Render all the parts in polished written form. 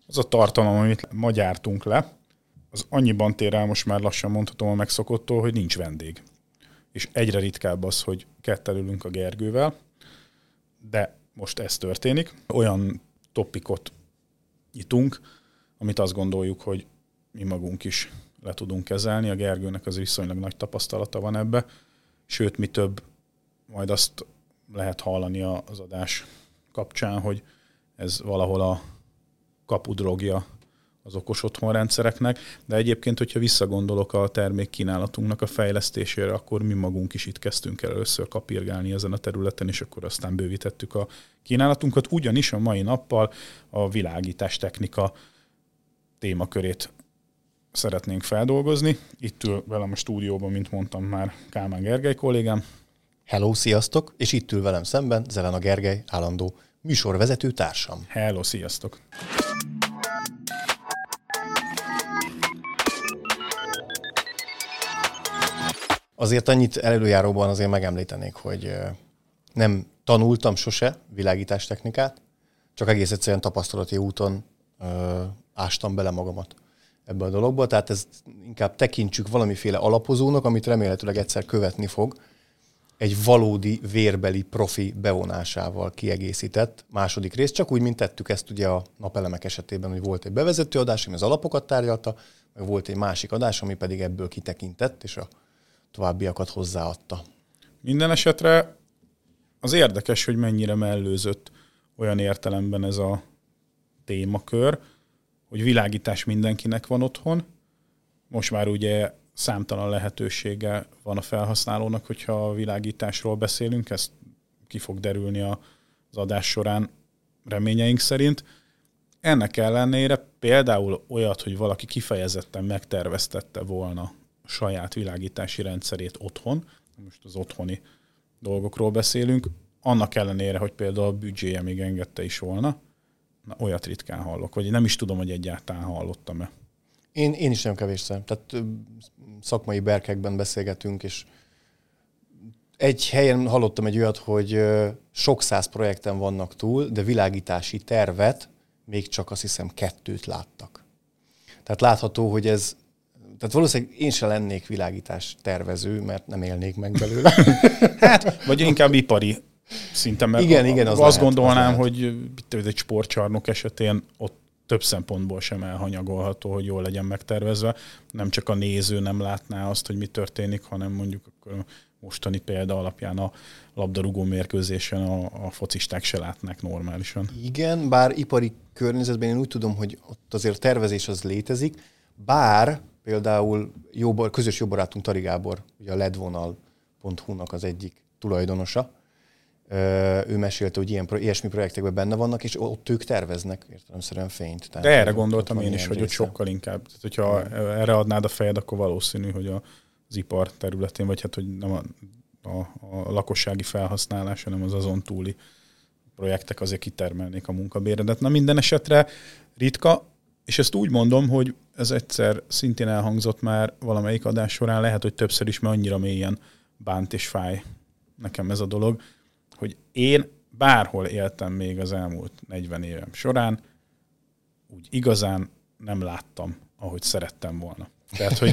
Az a tartalom, amit ma gyártunk le, az annyiban tér el most már lassan mondhatom a megszokottól, hogy nincs vendég. És egyre ritkább az, hogy ketten ülünk a Gergővel, de most ez történik. Olyan topikot nyitunk, amit azt gondoljuk, hogy mi magunk is le tudunk kezelni. A Gergőnek az viszonylag nagy tapasztalata van ebbe, sőt, mi több, majd azt lehet hallani az adás kapcsán, hogy ez valahol a kapudrogja az okos otthonrendszereknek, de egyébként, hogyha visszagondolok a termékkínálatunknak a fejlesztésére, akkor mi magunk is itt kezdtünk el először kapirgálni ezen a területen, és akkor aztán bővítettük a kínálatunkat, ugyanis a mai nappal a világítás technika témakörét szeretnénk feldolgozni. Itt ül velem a stúdióban, mint mondtam már, Kálmán Gergely kollégám. Hello, sziasztok! És itt ül velem szemben Zelena Gergely, állandó műsorvezető társam. Hello, sziasztok! Azért annyit előjáróban azért megemlítenék, hogy nem tanultam sose világítástechnikát, csak egész egyszerűen tapasztalati úton ástam bele magamat ebbe a dologba, tehát ezt inkább tekintsük valamiféle alapozónak, amit remélhetőleg egyszer követni fog, egy valódi vérbeli profi bevonásával kiegészített második rész, csak úgy, mint tettük ezt ugye a napelemek esetében, hogy volt egy bevezető adás, ami az alapokat tárgyalta, meg volt egy másik adás, ami pedig ebből kitekintett, és a továbbiakat hozzáadta. Minden esetre az érdekes, hogy mennyire mellőzött olyan értelemben ez a témakör, hogy világítás mindenkinek van otthon. Most már ugye számtalan lehetősége van a felhasználónak, hogyha a világításról beszélünk, ez ki fog derülni az adás során reményeink szerint. Ennek ellenére például olyat, hogy valaki kifejezetten megterveztette volna a saját világítási rendszerét otthon, most az otthoni dolgokról beszélünk, annak ellenére, hogy például a büdzséje még engedte is volna, na, olyat ritkán hallok, vagy nem is tudom, hogy egyáltalán hallottam-e. Én is nem kevésszer. Tehát szakmai berkekben beszélgetünk, és egy helyen hallottam egy olyat, hogy sok száz projekten vannak túl, de világítási tervet még csak azt hiszem 2 láttak. Tehát látható, hogy ez, tehát valószínűleg én sem lennék világítás tervező, mert nem élnék meg belőle. Hát, vagy inkább ipari szinten, mert igen, azt lehet, gondolnám, hogy egy sportcsarnok esetén ott több szempontból sem elhanyagolható, hogy jól legyen megtervezve. Nem csak a néző nem látná azt, hogy mi történik, hanem mondjuk a mostani példa alapján a labdarúgó mérkőzésen a focisták se látnák normálisan. Igen, bár ipari környezetben én úgy tudom, hogy ott azért tervezés az létezik, bár például közös jó barátunk Tari Gábor, ugye a ledvonal.hu-nak az egyik tulajdonosa, ő mesélte, hogy ilyesmi projektekben benne vannak, és ott ők terveznek értelemszerűen fényt. Tehát de erre gondoltam én is, hogy ott sokkal inkább. Tehát, hogyha erre adnád a fejed, akkor valószínű, hogy az ipar területén, vagy hát, hogy nem a lakossági felhasználás, hanem az azon túli projektek azért kitermelnék a munkabéredet. Na minden esetre ritka, és ezt úgy mondom, hogy ez egyszer szintén elhangzott már valamelyik adás során, lehet, hogy többször is, mert annyira mélyen bánt és fáj nekem ez a dolog, hogy én bárhol éltem még az elmúlt 40 évem során, úgy igazán nem láttam, ahogy szerettem volna. Tehát, hogy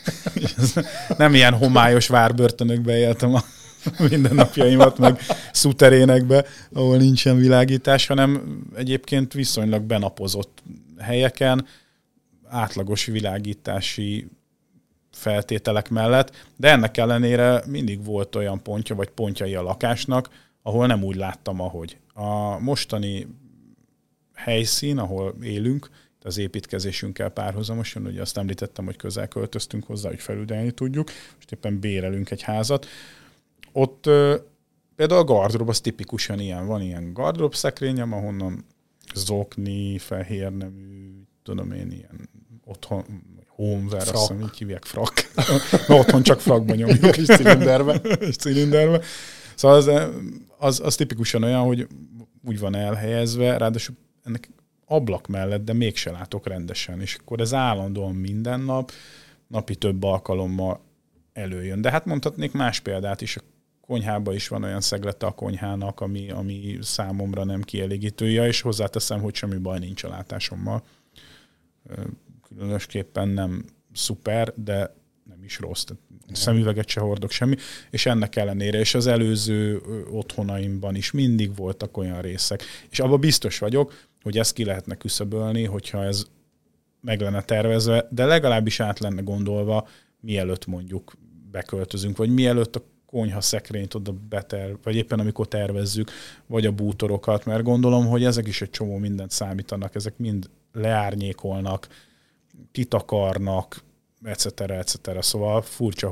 nem ilyen homályos várbörtönökbe éltem a mindennapjaimat, meg szuterénekbe, ahol nincsen világítás, hanem egyébként viszonylag benapozott helyeken, átlagos világítási feltételek mellett, de ennek ellenére mindig volt olyan pontja, vagy pontjai a lakásnak, ahol nem úgy láttam, ahogy. A mostani helyszín, ahol élünk, az építkezésünkkel párhuzamosan, ugye azt említettem, hogy közel költöztünk hozzá, hogy felügyelni tudjuk, most éppen bérelünk egy házat. Ott például a gardrób az tipikusan ilyen, van ilyen gardrób szekrényem, ahonnan zokni, fehér nemű, tudom én, ilyen otthon, homewear, azt hiszem, így hívják, frak. Otthon csak frakban nyomjuk, és cilinderbe. Szóval az tipikusan olyan, hogy úgy van elhelyezve, ráadásul ennek ablak mellett, de mégse látok rendesen, és akkor ez állandóan minden nap, napi több alkalommal előjön. De hát mondhatnék más példát is, a konyhában is van olyan szeglete a konyhának, ami számomra nem kielégítője, és hozzáteszem, hogy semmi baj nincs a látásommal. különösképpen nem szuper, de nem is rossz. Tehát szemüveget se hordok semmi, és ennek ellenére, és az előző otthonaimban is mindig voltak olyan részek. És abban biztos vagyok, hogy ezt ki lehetne küszöbölni, hogyha ez meg lenne tervezve, de legalábbis át lenne gondolva, mielőtt mondjuk beköltözünk, vagy mielőtt a konyha szekrényt oda vagy éppen amikor tervezzük, vagy a bútorokat, mert gondolom, hogy ezek is egy csomó mindent számítanak, ezek mind leárnyékolnak, kitakarnak, etc. Szóval furcsa,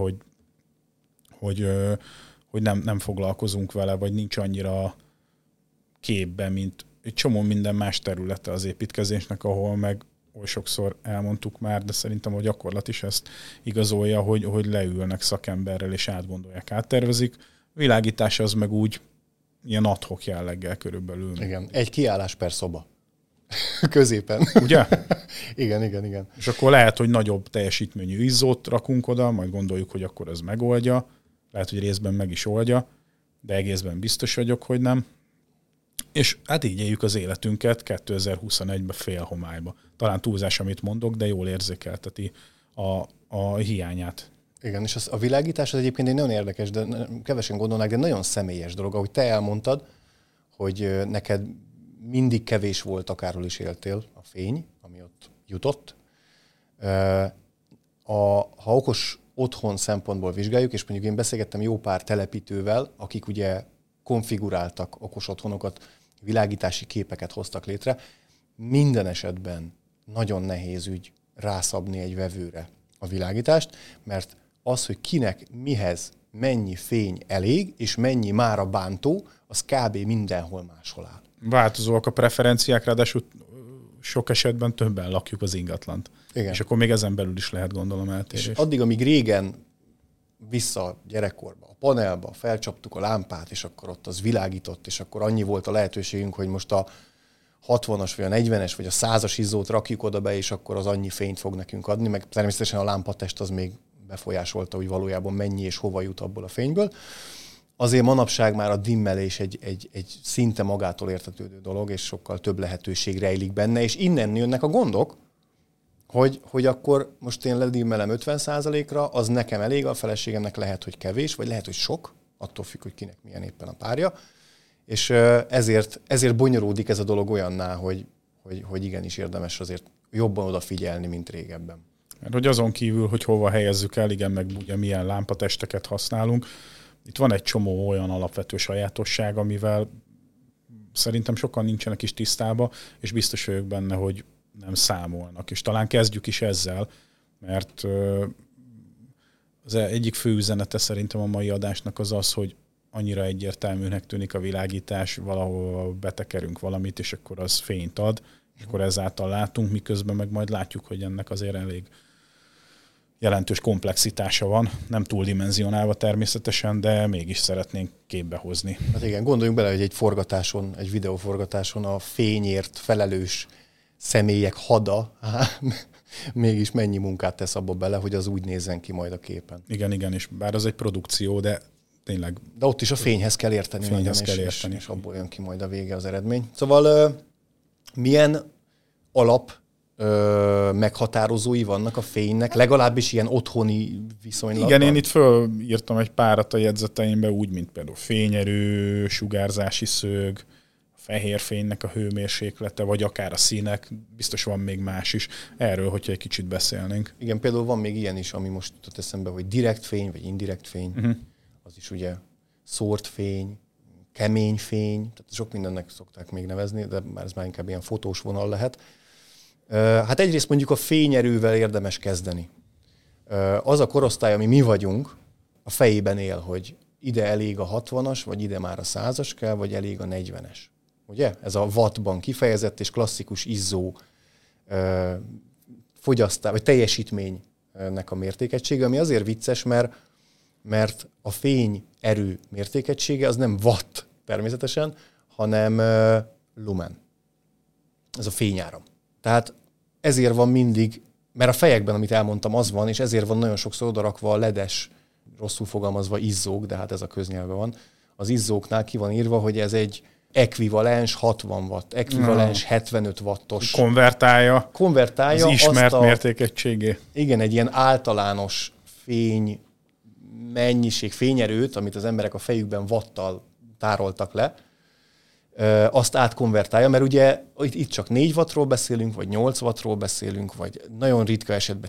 hogy nem foglalkozunk vele, vagy nincs annyira képben, mint egy csomó minden más területe az építkezésnek, ahol meg oly sokszor elmondtuk már, de szerintem a gyakorlat is ezt igazolja, hogy leülnek szakemberrel és átgondolják, áttervezik. Világítás az meg úgy ilyen ad-hoc jelleggel körülbelül. Igen, egy kiállás per szoba. Középen. Ugye? Igen. És akkor lehet, hogy nagyobb teljesítményű izzót rakunk oda, majd gondoljuk, hogy akkor ez megoldja. Lehet, hogy részben meg is oldja, de egészben biztos vagyok, hogy nem. És hát így éljük az életünket 2021-ben félhomályba. Talán túlzás, amit mondok, de jól érzékelteti a hiányát. Igen, és a világítás az egyébként egy nagyon érdekes, de kevesen gondolnák, de nagyon személyes dolog. Ahogy te elmondtad, hogy neked mindig kevés volt, akárhol is éltél, a fény, ami ott jutott. Ha okos otthon szempontból vizsgáljuk, és mondjuk én beszélgettem jó pár telepítővel, akik ugye konfiguráltak okos otthonokat, világítási képeket hoztak létre, minden esetben nagyon nehéz ügy rászabni egy vevőre a világítást, mert az, hogy kinek, mihez, mennyi fény elég, és mennyi mára bántó, az kb. Mindenhol máshol áll. Változóak a preferenciák, ráadásul sok esetben többen lakjuk az ingatlant. Igen. És akkor még ezen belül is lehet, gondolom, eltérés. És addig, amíg régen vissza gyerekkorba, a panelba felcsaptuk a lámpát, és akkor ott az világított, és akkor annyi volt a lehetőségünk, hogy most a 60-as, vagy a 40-es, vagy a 100-as izzót rakjuk oda be, és akkor az annyi fényt fog nekünk adni, meg természetesen a lámpatest az még befolyásolta, hogy valójában mennyi és hova jut abból a fényből. Azért manapság már a dimmelés egy szinte magától értetődő dolog, és sokkal több lehetőség rejlik benne, és innen jönnek a gondok, hogy akkor most én ledimmelem 50%-ra, az nekem elég, a feleségemnek lehet, hogy kevés, vagy lehet, hogy sok, attól függ, hogy kinek milyen éppen a párja. És ezért bonyolódik ez a dolog olyanná, hogy igenis érdemes azért jobban odafigyelni, mint régebben. Mert hogy azon kívül, hogy hova helyezzük el, igen, meg ugye milyen lámpatesteket használunk, itt van egy csomó olyan alapvető sajátosság, amivel szerintem sokan nincsenek is tisztában, és biztos vagyok benne, hogy nem számolnak. És talán kezdjük is ezzel, mert az egyik fő üzenete szerintem a mai adásnak az, hogy annyira egyértelműnek tűnik a világítás, valahol betekerünk valamit, és akkor az fényt ad, és akkor ezáltal látunk, miközben meg majd látjuk, hogy ennek azért elég jelentős komplexitása van, nem túldimenzionálva természetesen, de mégis szeretnénk képbe hozni. Hát igen, gondoljunk bele, hogy egy videóforgatáson a fényért felelős személyek hada, mégis mennyi munkát tesz abba bele, hogy az úgy nézzen ki majd a képen. Igen, és bár az egy produkció, de tényleg... De ott is a fényhez kell érteni. És abból jön ki majd a vége az eredmény. Szóval milyen alap meghatározói vannak a fénynek, legalábbis ilyen otthoni viszonylatban? Igen, én itt fölírtam egy párat a jegyzeteimbe, úgy, mint például fényerő, sugárzási szög, a fehér fénynek a hőmérséklete, vagy akár a színek, biztos van még más is. Erről, hogyha egy kicsit beszélnénk. Igen, például van még ilyen is, ami most jutott eszembe, hogy direkt fény, vagy indirekt fény. Az is ugye szórt fény, kemény fény, tehát sok mindennek szokták még nevezni, de már ez már inkább ilyen fotós vonal lehet. Hát egyrészt mondjuk a fényerővel érdemes kezdeni. Az a korosztály, ami mi vagyunk, a fejében él, hogy ide elég a 60-as, vagy ide már a 100-as kell, vagy elég a 40-es. Ugye? Ez a wattban kifejezett és klasszikus izzó fogyasztás, vagy teljesítménynek a mértékegysége, ami azért vicces, mert a fényerő mértékegysége az nem watt természetesen, hanem lumen. Ez a fényáram. Tehát ezért van mindig, mert a fejekben, amit elmondtam, az van, és ezért van nagyon sokszor odarakva a ledes, rosszul fogalmazva izzók, de hát ez a köznyelve van. Az izzóknál ki van írva, hogy ez egy ekvivalens 60 watt, ekvivalens 75 wattos. Konvertálja az ismert mértékegységé. Igen, egy ilyen általános fényerőt, amit az emberek a fejükben watttal tároltak le, azt átkonvertálja, mert ugye itt csak 4 wattról beszélünk, vagy 8 wattról beszélünk, vagy nagyon ritka esetben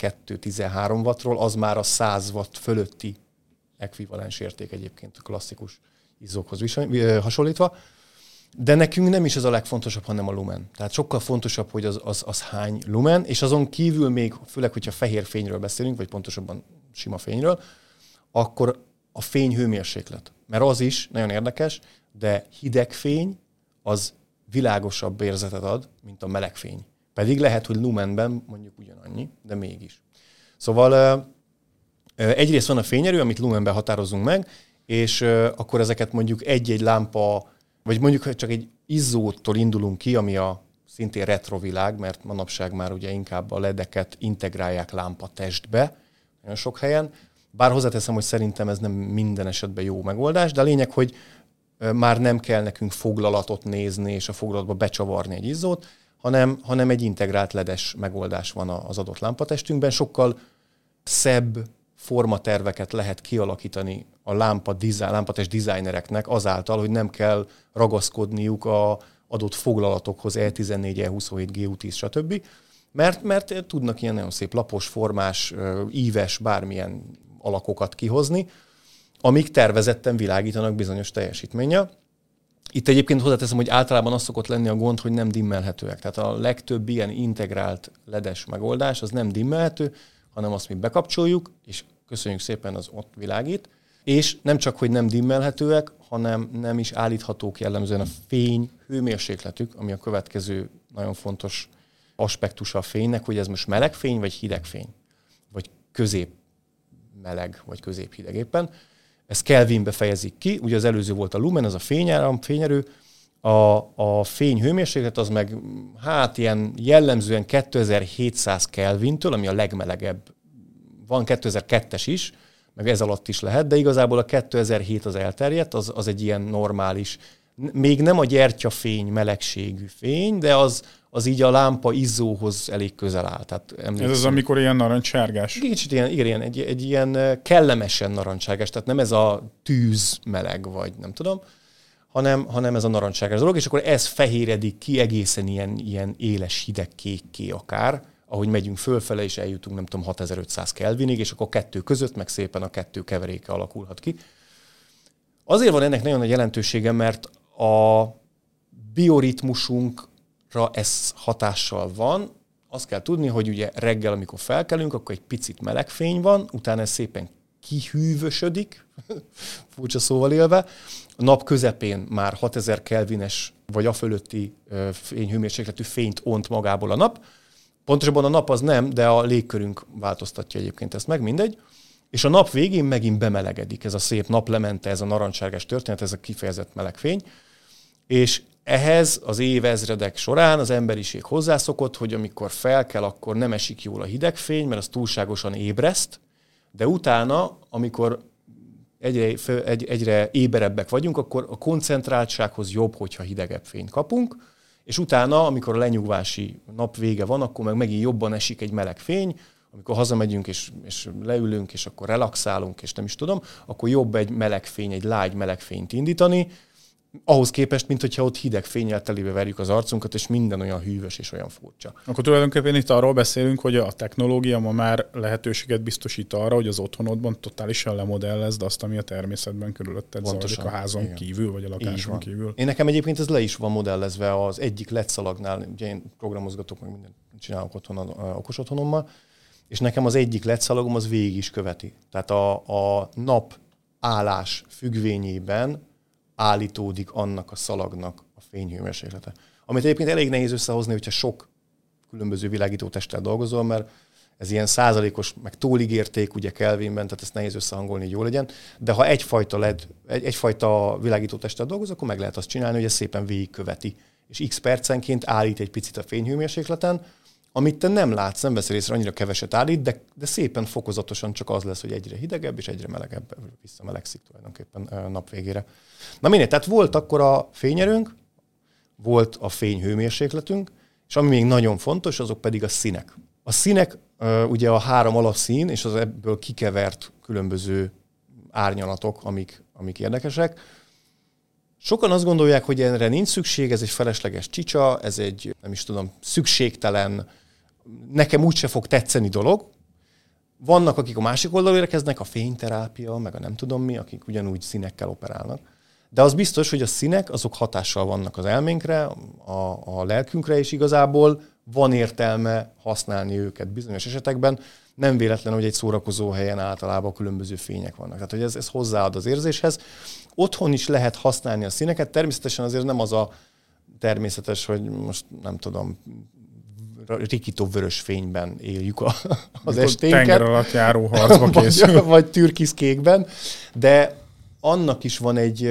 12-13 wattról, az már a 100 watt fölötti ekvivalens érték egyébként a klasszikus izzókhoz hasonlítva. De nekünk nem is ez a legfontosabb, hanem a lumen. Tehát sokkal fontosabb, hogy az hány lumen, és azon kívül még, főleg, hogyha fehér fényről beszélünk, vagy pontosabban sima fényről, akkor a fény hőmérséklet. Mert az is nagyon érdekes, de hideg fény az világosabb érzetet ad, mint a meleg fény. Pedig lehet, hogy lumenben mondjuk ugyanannyi, de mégis. Szóval egyrészt van a fényerő, amit lumenben határozunk meg, és akkor ezeket mondjuk egy-egy lámpa, vagy mondjuk csak egy izzótól indulunk ki, ami a szintén retrovilág, mert manapság már ugye inkább a ledeket integrálják lámpatestbe, nagyon sok helyen. Bár hozzáteszem, hogy szerintem ez nem minden esetben jó megoldás, de a lényeg, hogy már nem kell nekünk foglalatot nézni, és a foglalatba becsavarni egy izzót, hanem egy integrált ledes megoldás van az adott lámpatestünkben. Sokkal szebb formaterveket lehet kialakítani a lámpatest dizájnereknek azáltal, hogy nem kell ragaszkodniuk az adott foglalatokhoz, E14, E27, GU10, stb. Mert tudnak ilyen nagyon szép lapos, formás, íves, bármilyen alakokat kihozni, amik tervezetten világítanak bizonyos teljesítménnyel. Itt egyébként hozzáteszem, hogy általában az szokott lenni a gond, hogy nem dimmelhetőek. Tehát a legtöbb ilyen integrált ledes megoldás az nem dimmelhető, hanem azt mi bekapcsoljuk, és köszönjük szépen, az ott világít. És nem csak, hogy nem dimmelhetőek, hanem nem is állíthatók jellemzően a fény hőmérsékletük, ami a következő nagyon fontos aspektusa a fénynek, hogy ez most meleg fény, vagy hideg fény, vagy közép meleg, vagy közép hideg éppen. Ezt Kelvinbe fejezik ki, ugye az előző volt a lumen, az a fényerő, a fény hőmérséklet az meg hát ilyen jellemzően 2700 Kelvintől, ami a legmelegebb, van 2002-es is, meg ez alatt is lehet, de igazából a 2007 az elterjedt, az egy ilyen normális, még nem a gyertyafény melegségű fény, de az így a lámpa izzóhoz elég közel áll. Tehát ez az, amikor ilyen narancssárgás? Kicsit ilyen, egy ilyen kellemesen narancssárgás, tehát nem ez a tűz meleg, vagy nem tudom, hanem ez a narancssárgás dolog, és akkor ez fehéredik ki egészen ilyen éles hideg kékké akár, ahogy megyünk fölfele, és eljutunk, nem tudom, 6500 Kelvinig, és akkor kettő között meg szépen a kettő keveréke alakulhat ki. Azért van ennek nagyon nagy jelentősége, mert a bioritmusunkra ez hatással van. Azt kell tudni, hogy ugye reggel, amikor felkelünk, akkor egy picit meleg fény van, utána ez szépen kihűvösödik, furcsa szóval élve. A nap közepén már 6000 kelvines vagy a fölötti fényhőmérsékletű fényt ont magából a nap. Pontosabban a nap az nem, de a légkörünk változtatja egyébként ezt meg, mindegy. És a nap végén megint bemelegedik ez a szép naplemente, ez a narancssárgás történet, ez a kifejezett meleg fény. És ehhez az évezredek során az emberiség hozzászokott, hogy amikor felkel, akkor nem esik jól a hidegfény, mert az túlságosan ébreszt, de utána, amikor egyre éberebbek vagyunk, akkor a koncentráltsághoz jobb, hogyha hidegebb fényt kapunk, és utána, amikor a lenyugvási nap vége van, akkor meg megint jobban esik egy meleg fény, amikor hazamegyünk és leülünk, és akkor relaxálunk, és nem is tudom, akkor jobb egy meleg fény, egy lágy meleg fényt indítani, ahhoz képest, mint hogyha ott hideg fénnyel telébe verjük az arcunkat, és minden olyan hűvös és olyan furcsa. Akkor tulajdonképpen itt arról beszélünk, hogy a technológia ma már lehetőséget biztosít arra, hogy az otthonodban totálisan lemodellezd azt, ami a természetben körülötted zajlik a házon igen. kívül, vagy a lakáson kívül. Én nekem egyébként ez le is van modellezve az egyik LED szalagnál, ugye én programozgatok, meg mindent csinálok otthon okos otthonommal, és nekem az egyik LED szalagom az végig is követi. Tehát a nap állás függvényében állítódik annak a szalagnak a fényhőmérséklete. Amit egyébként elég nehéz összehozni, hogyha sok különböző világítótesttel dolgozol, mert ez ilyen százalékos, meg tóligérték ugye Kelvinben, tehát ezt nehéz összehangolni, hogy jó legyen. De ha egyfajta világítótesttel dolgozol, akkor meg lehet azt csinálni, hogy ez szépen végigköveti. És x percenként állít egy picit a fényhőmérsékleten, amit te nem látsz, nem veszel észre, annyira keveset állít, de szépen fokozatosan csak az lesz, hogy egyre hidegebb és egyre melegebb, visszamelegszik tulajdonképpen nap végére. Na mindegy, tehát volt akkor a fényerőnk, volt a fényhőmérsékletünk, és ami még nagyon fontos, azok pedig a színek. A színek, ugye a 3 alapszín, és az ebből kikevert különböző árnyalatok, amik érdekesek. Sokan azt gondolják, hogy erre nincs szükség, ez egy felesleges csicsa, ez egy, nem is tudom, szükségtelen, nekem úgyse fog tetszeni dolog. Vannak, akik a másik oldalról érkeznek, a fényterápia, meg a nem tudom mi, akik ugyanúgy színekkel operálnak. De az biztos, hogy a színek azok hatással vannak az elménkre, a lelkünkre, és igazából van értelme használni őket bizonyos esetekben. Nem véletlen, hogy egy szórakozó helyen általában különböző fények vannak. Tehát, hogy ez hozzáad az érzéshez. Otthon is lehet használni a színeket. Természetesen azért nem az a természetes, hogy most nem tudom, rikító vörös fényben éljük az esténket. Tenger alatt járó harcba készül. Vagy türkiszkékben. De annak is van egy,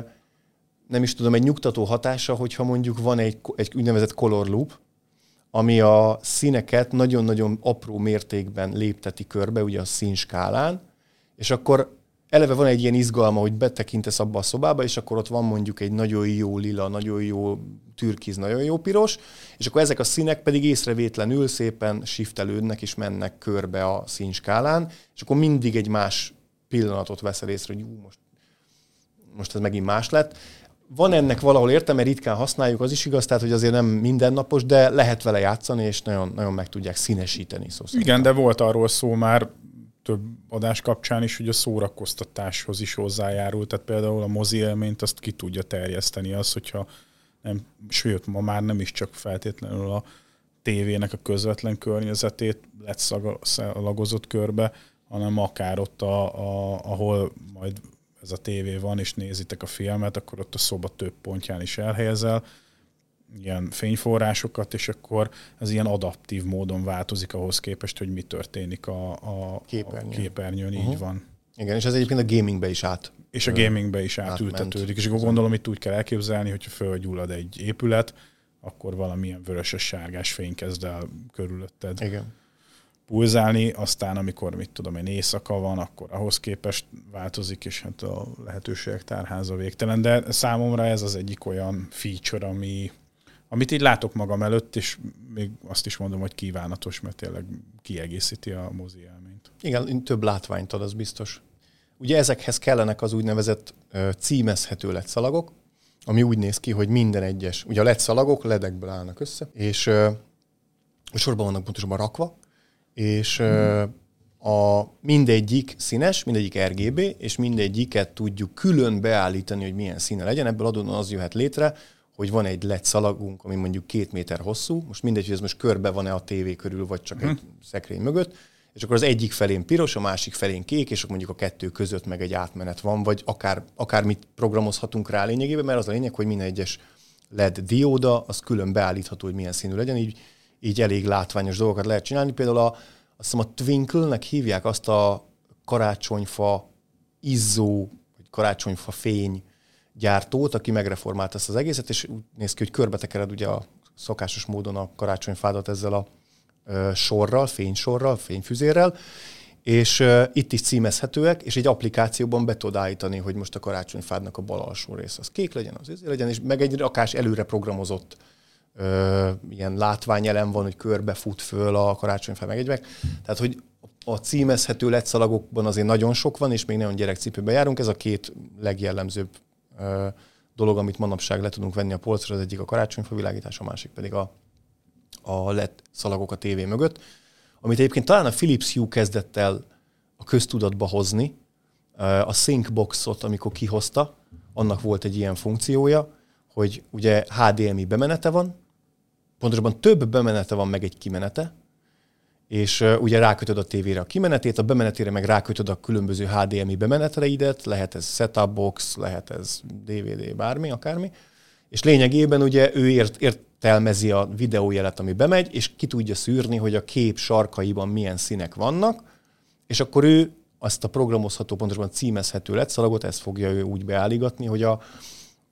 nem is tudom, egy nyugtató hatása, hogyha mondjuk van egy úgynevezett color loop, ami a színeket nagyon-nagyon apró mértékben lépteti körbe, ugye a színskálán, és akkor eleve van egy ilyen izgalma, hogy betekintesz abba a szobába, és akkor ott van mondjuk egy nagyon jó lila, nagyon jó türkiz, nagyon jó piros, és akkor ezek a színek pedig észrevétlenül szépen shiftelődnek és mennek körbe a színskálán, és akkor mindig egy más pillanatot veszel észre, hogy most ez megint más lett. Van ennek valahol értelme, mert ritkán használjuk, az is igaz, tehát hogy azért nem mindennapos, de lehet vele játszani, és nagyon, nagyon meg tudják színesíteni. Igen, de volt arról szó már több adás kapcsán is, hogy a szórakoztatáshoz is hozzájárul, tehát például a mozi élményt azt ki tudja terjeszteni az, hogyha nem, sőt, ma már nem is csak feltétlenül a tévének a közvetlen környezetét lett szalagozott körbe, hanem akár ott, ahol majd ez a tévé van, és nézitek a filmet, akkor ott a szoba több pontján is elhelyezel ilyen fényforrásokat, és akkor ez ilyen adaptív módon változik ahhoz képest, hogy mi történik a képernyőn. Így van. Igen, és ez egyébként a gamingbe is és a gamingbe is átültetődik. És akkor gondolom, itt úgy kell elképzelni, hogyha fölgyullad egy épület, akkor valamilyen vöröses-sárgás fény kezd el körülötted. Igen. Pulzálni, aztán amikor, mit tudom én, éjszaka van, akkor ahhoz képest változik, és hát a lehetőségek tárháza végtelen. De számomra ez az egyik olyan feature, amit így látok magam előtt, és még azt is mondom, hogy kívánatos, mert tényleg kiegészíti a mozi élményt. Igen, több látványt ad, az biztos. Ugye ezekhez kellenek az úgynevezett címezhető LED-szalagok, ami úgy néz ki, hogy minden egyes, ugye a LED-szalagok LED-ekből állnak össze, és sorban vannak pontosabban rakva, és a mindegyik színes, mindegyik RGB, és mindegyiket tudjuk külön beállítani, hogy milyen színe legyen. Ebből adódóan az jöhet létre, hogy van egy LED szalagunk, ami mondjuk 2 méter hosszú, most mindegy, hogy ez most körbe van-e a tévé körül, vagy csak egy szekrény mögött, és akkor az egyik felén piros, a másik felén kék, és akkor mondjuk a kettő között meg egy átmenet van, vagy akármit programozhatunk rá lényegében, mert az a lényeg, hogy minden egyes LED dióda, az külön beállítható, hogy milyen színű legyen, így elég látványos dolgokat lehet csinálni. Például azt hiszem a Twinkle-nek hívják azt a karácsonyfa izzó, vagy karácsonyfa fény gyártót, aki megreformált ezt az egészet, és úgy néz ki, hogy körbetekered ugye a szokásos módon a karácsonyfádat ezzel a sorral, fényfüzérrel, és itt is címezhetőek, és egy applikációban be tudod állítani, hogy most a karácsonyfádnak a bal alsó része az kék legyen, az ezért legyen, és meg egy rakás előre programozott ilyen látványelem van, hogy körbe fut föl a karácsonyfa meg egyebek. Tehát, hogy a címezhető LED szalagokban azért nagyon sok van, és még nagyon gyerekcipőben járunk. Ez a 2 legjellemzőbb dolog, amit manapság le tudunk venni a polcra, az egyik a karácsonyfa világítás, a másik pedig a LED szalagok a tévé mögött, amit egyébként talán a Philips Hue kezdett el a köztudatba hozni. A Syncboxot, amikor kihozta, annak volt egy ilyen funkciója, hogy ugye HDMI bemenete van, pontosabban több bemenete van, meg egy kimenete, és ugye rákötöd a tévére a kimenetét, a bemenetére meg rákötöd a különböző HDMI bemenetreidet, lehet ez setup box, lehet ez DVD, bármi, akármi, és lényegében ugye ő értelmezi a videójelet, ami bemegy, és ki tudja szűrni, hogy a kép sarkaiban milyen színek vannak, és akkor ő azt a programozható, pontosabban címezhető LED szalagot, ezt fogja ő úgy beállítani, hogy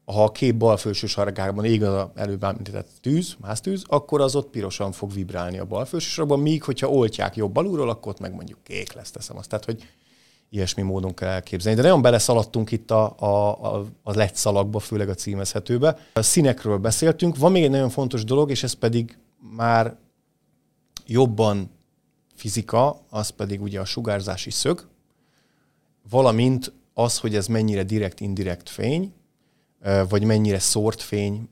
ha a kép bal felső sarkában ég az előbb említett tűz, háztűz, akkor az ott pirosan fog vibrálni a bal felső sarkban, míg hogyha oltják jobb alulról, akkor ott meg mondjuk kék lesz, teszem azt. Tehát, hogy ilyesmi módon kell elképzelni. De nagyon beleszaladtunk itt a LED szalagba, főleg a címezhetőbe. A színekről beszéltünk. Van még egy nagyon fontos dolog, és ez pedig már jobban fizika, az pedig ugye a sugárzási szög, valamint az, hogy ez mennyire direkt-indirekt fény, vagy mennyire szórt fény,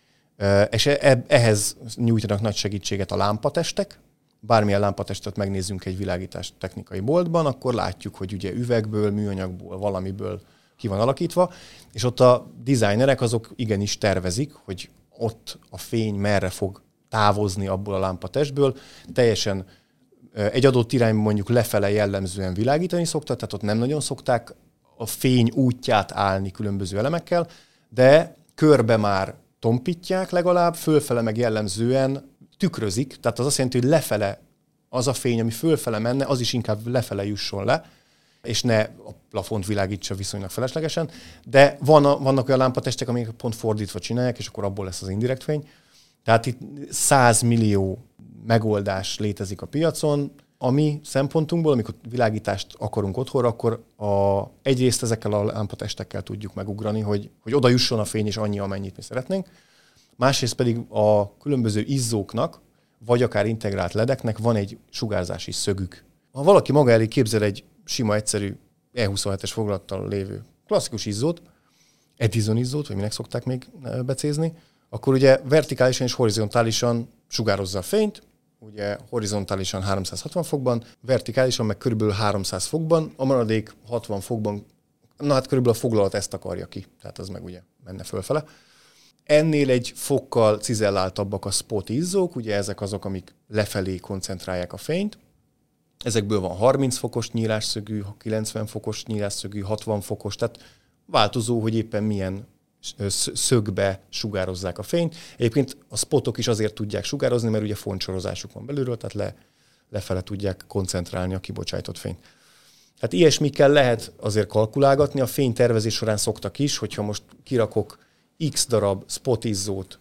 és ehhez nyújtanak nagy segítséget a lámpatestek. Bármilyen lámpatestet megnézzünk egy világítás technikai boltban, akkor látjuk, hogy ugye üvegből, műanyagból, valamiből ki van alakítva, és ott a designerek azok igenis tervezik, hogy ott a fény merre fog távozni abból a lámpatestből. Teljesen egy adott irányban mondjuk lefele jellemzően világítani szoktak, tehát ott nem nagyon szokták a fény útját állni különböző elemekkel, de körbe már tompítják legalább, fölfele meg jellemzően tükrözik, tehát az azt jelenti, hogy lefele az a fény, ami fölfele menne, az is inkább lefele jusson le, és ne a plafont világítsa viszonylag feleslegesen, de vannak olyan lámpatestek, amik pont fordítva csinálják, és akkor abból lesz az indirekt fény. Tehát itt 100 millió megoldás létezik a piacon, ami szempontunkból, amikor világítást akarunk otthonra, akkor egyrészt ezekkel a lámpatestekkel tudjuk megugrani, hogy oda jusson a fény, és annyi, amennyit mi szeretnénk. Másrészt pedig a különböző izzóknak, vagy akár integrált ledeknek van egy sugárzási szögük. Ha valaki maga elé képzel egy sima, egyszerű E27-es fogalattal lévő klasszikus izzót, Edison izzót, vagy minek szokták még becézni, akkor ugye vertikálisan és horizontálisan sugározza a fényt, ugye horizontálisan 360 fokban, vertikálisan meg körülbelül 300 fokban, a maradék 60 fokban, na hát körülbelül a foglalat ezt akarja ki, tehát az meg ugye menne fölfele. Ennél egy fokkal cizelláltabbak a spot izzók, ugye ezek azok, amik lefelé koncentrálják a fényt. Ezekből van 30 fokos nyílásszögű, 90 fokos nyílásszögű, 60 fokos, tehát változó, hogy éppen milyen szögbe sugározzák a fényt. Egyébként a spotok is azért tudják sugározni, mert ugye fontsorozásuk van belülről, tehát lefele tudják koncentrálni a kibocsájtott fényt. Hát ilyesmikkel lehet azért kalkulálgatni. A fénytervezés során szoktak is, hogyha most kirakok X darab spotizzót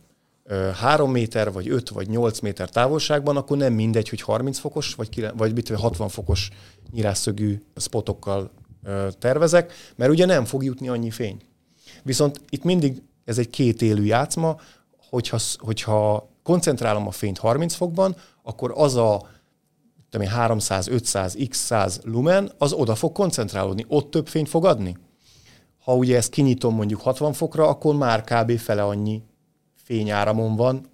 3 méter, vagy 5, vagy 8 méter távolságban, akkor nem mindegy, hogy 30 fokos, vagy 60 fokos nyílásszögű spotokkal tervezek, mert ugye nem fog jutni annyi fény. Viszont itt mindig ez egy kétélű játszma, hogyha koncentrálom a fényt 30 fokban, akkor az a 300, 500, x 100 lumen, az oda fog koncentrálódni, ott több fényt fog adni. Ha ugye ezt kinyitom mondjuk 60 fokra, akkor már kb. Fele annyi fényáramon van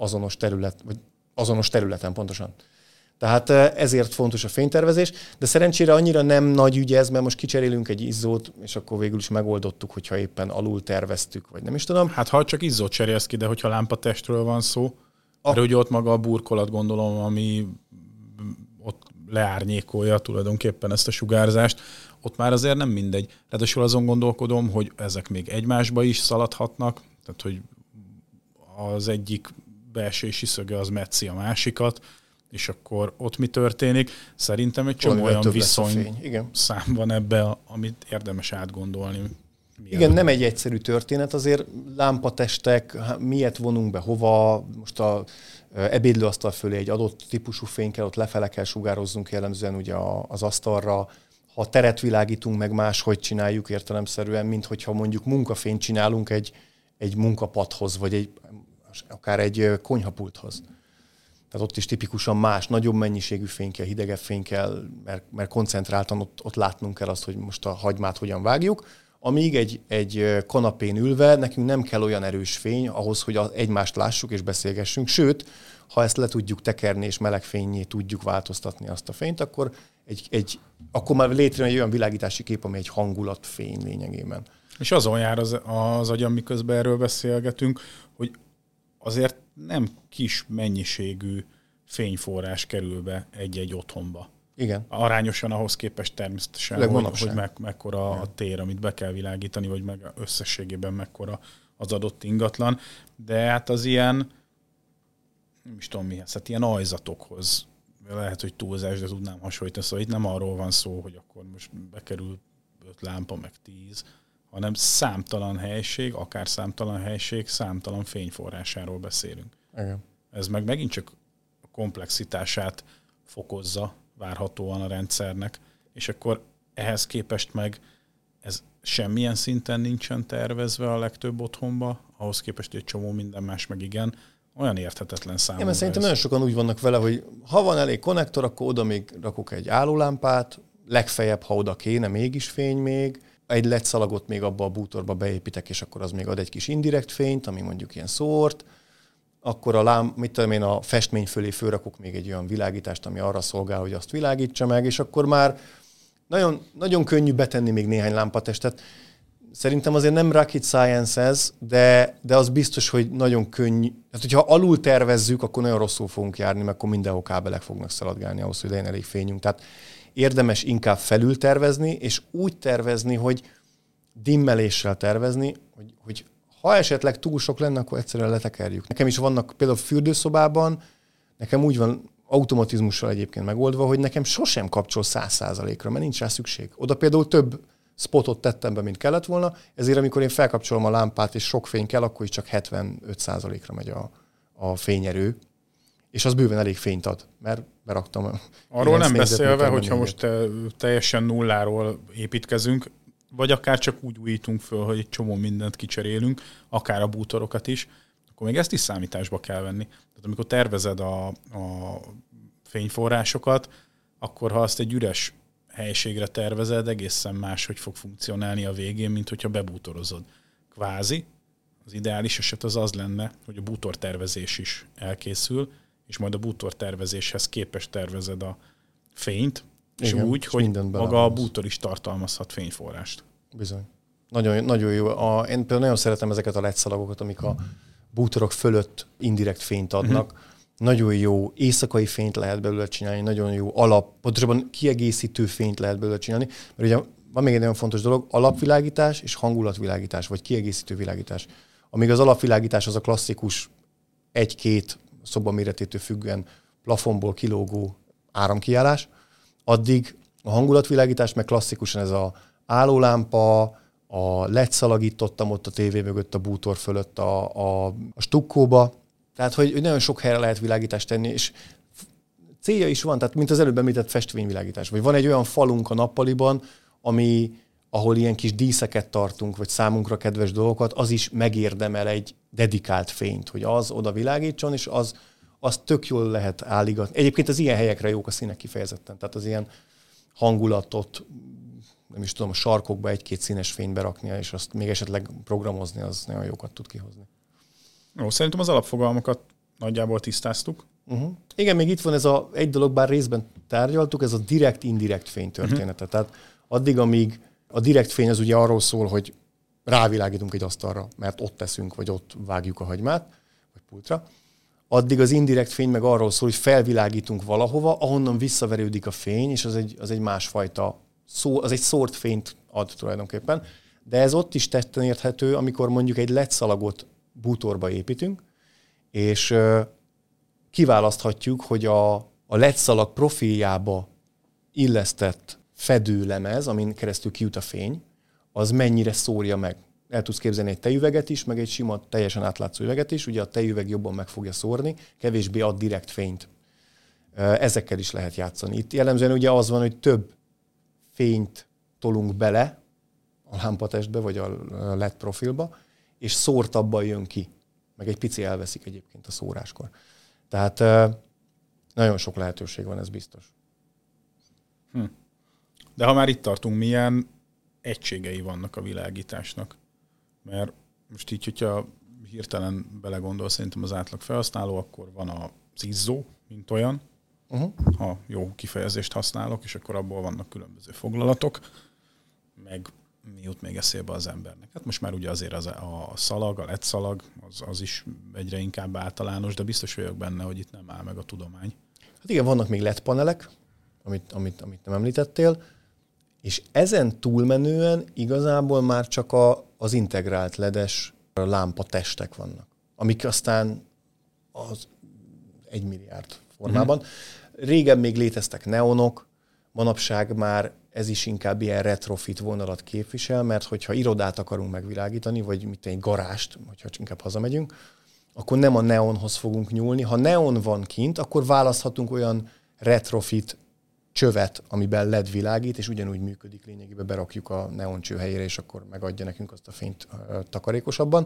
azonos területen pontosan. Tehát ezért fontos a fénytervezés, de szerencsére annyira nem nagy ügy ez, mert most kicserélünk egy izzót, és akkor végül is megoldottuk, hogyha éppen alul terveztük, vagy nem is tudom. Hát ha csak izzót cserélsz ki, de hogyha lámpatestről van szó, de ugye ott maga a burkolat, gondolom, ami ott leárnyékolja tulajdonképpen ezt a sugárzást, ott már azért nem mindegy. Ráadásul azon gondolkodom, hogy ezek még egymásba is szaladhatnak, tehát hogy az egyik beesési szöge az metszi a másikat, és akkor ott mi történik. Szerintem egy csomó olyan viszony szám van ebbe, amit érdemes átgondolni. Igen, nem egy egyszerű történet, azért lámpatestek, miért vonunk be, hova, most a ebédlőasztal fölé egy adott típusú fény kell, ott lefele kell sugározzunk jellemzően ugye az asztalra, ha teret világítunk meg máshogy csináljuk értelemszerűen, mint hogyha mondjuk munkafényt csinálunk egy munkapadhoz, vagy akár egy konyhapulthoz. Tehát ott is tipikusan más, nagyobb mennyiségű fény kell, hidegebb fény kell, mert koncentráltan ott látnunk kell azt, hogy most a hagymát hogyan vágjuk. Amíg egy kanapén ülve nekünk nem kell olyan erős fény ahhoz, hogy egymást lássuk és beszélgessünk. Sőt, ha ezt le tudjuk tekerni és meleg fényé tudjuk változtatni azt a fényt, akkor már létrejön egy olyan világítási kép, ami egy hangulatfény lényegében. És azon jár az agyam, miközben erről beszélgetünk, hogy azért nem kis mennyiségű fényforrás kerül be egy-egy otthonba. Igen. Arányosan ahhoz képest természetesen, hogy mekkora a tér, amit be kell világítani, vagy meg összességében mekkora az adott ingatlan. De hát az ilyen, nem is tudom mihez, hát ilyen ajzatokhoz, lehet, hogy túlzás, de tudnám hasonlítani. Szóval itt nem arról van szó, hogy akkor most bekerül 5 lámpa, meg 10, hanem számtalan helység, akár számtalan helység, számtalan fényforrásáról beszélünk. Igen. Ez meg megint csak a komplexitását fokozza várhatóan a rendszernek, és akkor ehhez képest meg ez semmilyen szinten nincsen tervezve a legtöbb otthonba, ahhoz képest, hogy egy csomó minden más meg igen, olyan érthetetlen számomra. Igen, mert szerintem nagyon sokan úgy vannak vele, hogy ha van elég konnektor, akkor oda még rakok egy állólámpát, legfeljebb, ha oda kéne, mégis fény még, egy LED szalagot még abba a bútorba beépítek, és akkor az még ad egy kis indirekt fényt, ami mondjuk ilyen szórt, akkor a festmény fölé fölrakok még egy olyan világítást, ami arra szolgál, hogy azt világítsa meg, és akkor már nagyon, nagyon könnyű betenni még néhány lámpatestet. Szerintem azért nem rocket science ez, de az biztos, hogy nagyon könnyű. Tehát, hogyha alul tervezzük, akkor nagyon rosszul fogunk járni, mert akkor mindenhol kábelek fognak szaladgálni ahhoz, hogy legyen elég fényünk. Tehát érdemes inkább felül tervezni, és úgy tervezni, hogy dimmeléssel tervezni, hogy ha esetleg túl sok lenne, akkor egyszerűen letekerjük. Nekem is vannak például fürdőszobában, nekem úgy van automatizmussal egyébként megoldva, hogy nekem sosem kapcsol 100%-ra, mert nincs rá szükség. Oda például több spotot tettem be, mint kellett volna, ezért amikor én felkapcsolom a lámpát, és sok fény kell, akkor is csak 75%-ra megy a fényerő, és az bőven elég fényt ad, mert beraktam. Arról nem beszélve, hogyha most teljesen nulláról építkezünk, vagy akár csak úgy újítunk föl, hogy egy csomó mindent kicserélünk, akár a bútorokat is, akkor még ezt is számításba kell venni. Tehát amikor tervezed a fényforrásokat, akkor ha azt egy üres helységre tervezed, egészen más, hogy fog funkcionálni a végén, mint hogyha bebútorozod. Kvázi, az ideális eset az lenne, hogy a bútortervezés is elkészül, és majd a bútortervezéshez képest tervezed a fényt, és igen, úgy, és hogy maga a bútor is tartalmazhat fényforrást. Bizony. Nagyon, nagyon jó. Én például nagyon szeretem ezeket a LED szalagokat, amik a bútorok fölött indirekt fényt adnak. Nagyon jó éjszakai fényt lehet belőle csinálni, nagyon jó pontosabban kiegészítő fényt lehet belőle csinálni. Mert ugye van még egy nagyon fontos dolog, alapvilágítás és hangulatvilágítás, vagy kiegészítő világítás. Amíg az alapvilágítás az a klasszikus 1-2 szobaméretétől függően plafonból kilógó áramkiállás, addig a hangulatvilágítás meg klasszikusan ez a állólámpa, a LED szalagítottam ott a tévé mögött a bútor fölött a stukkóba. Tehát, hogy nagyon sok helyre lehet világítást tenni, és célja is van, tehát mint az előbb említett festvényvilágítás. Vagy van egy olyan falunk a nappaliban, ahol ilyen kis díszeket tartunk, vagy számunkra kedves dolgokat, az is megérdemel egy dedikált fényt, hogy az oda világítson, és az tök jól lehet álligatni. Egyébként az ilyen helyekre jók a színek kifejezetten, tehát az ilyen hangulatot, nem is tudom, a sarkokba 1-2 színes fényt berakni, és azt még esetleg programozni, az nagyon jókat tud kihozni. Jó, szerintem az alapfogalmakat nagyjából tisztáztuk. Igen, még itt van egy dolog, bár részben tárgyaltuk, ez a direkt-indirekt fény története. Tehát addig, amíg a direkt fény az ugye arról szól, hogy rávilágítunk egy asztalra, mert ott teszünk, vagy ott vágjuk a hagymát, vagy pultra, addig az indirekt fény meg arról szól, hogy felvilágítunk valahova, ahonnan visszaverődik a fény, és az egy másfajta, az egy szórt fényt ad tulajdonképpen. De ez ott is tetten érthető, amikor mondjuk egy LED szalagot bútorba építünk, és kiválaszthatjuk, hogy a LED szalag profiljába illesztett fedőlemez, amin keresztül kijut a fény, az mennyire szórja meg. El tudsz képzelni egy tejüveget is, meg egy sima, teljesen átlátszó üveget is, ugye a tejüveg jobban meg fogja szórni, kevésbé ad direkt fényt. Ezekkel is lehet játszani. Itt jellemzően ugye az van, hogy több fényt tolunk bele a lámpatestbe, vagy a LED profilba, és szórtabban jön ki. Meg egy pici elveszik egyébként a szóráskor. Tehát nagyon sok lehetőség van, ez biztos. De ha már itt tartunk, milyen egységei vannak a világításnak? Mert most így, hogyha hirtelen belegondol szerintem az átlag felhasználó, akkor van az izzó, mint olyan, ha jó kifejezést használok, és akkor abból vannak különböző foglalatok, meg mi jut még eszébe az embernek. Hát most már ugye azért a szalag, a LED szalag, az is egyre inkább általános, de biztos vagyok benne, hogy itt nem áll meg a tudomány. Hát igen, vannak még LED panelek, amit nem említettél, és ezen túlmenően igazából már csak az integrált LED-es lámpatestek vannak, amik aztán az 1 milliárd formában. Régen még léteztek neonok, manapság már ez is inkább ilyen retrofit vonalat képvisel, mert hogyha irodát akarunk megvilágítani, vagy egy garást, hogyha inkább hazamegyünk, akkor nem a neonhoz fogunk nyúlni. Ha neon van kint, akkor választhatunk olyan retrofit csövet, amiben LED világít, és ugyanúgy működik, lényegében berakjuk a neon cső helyére, és akkor megadja nekünk azt a fényt takarékosabban.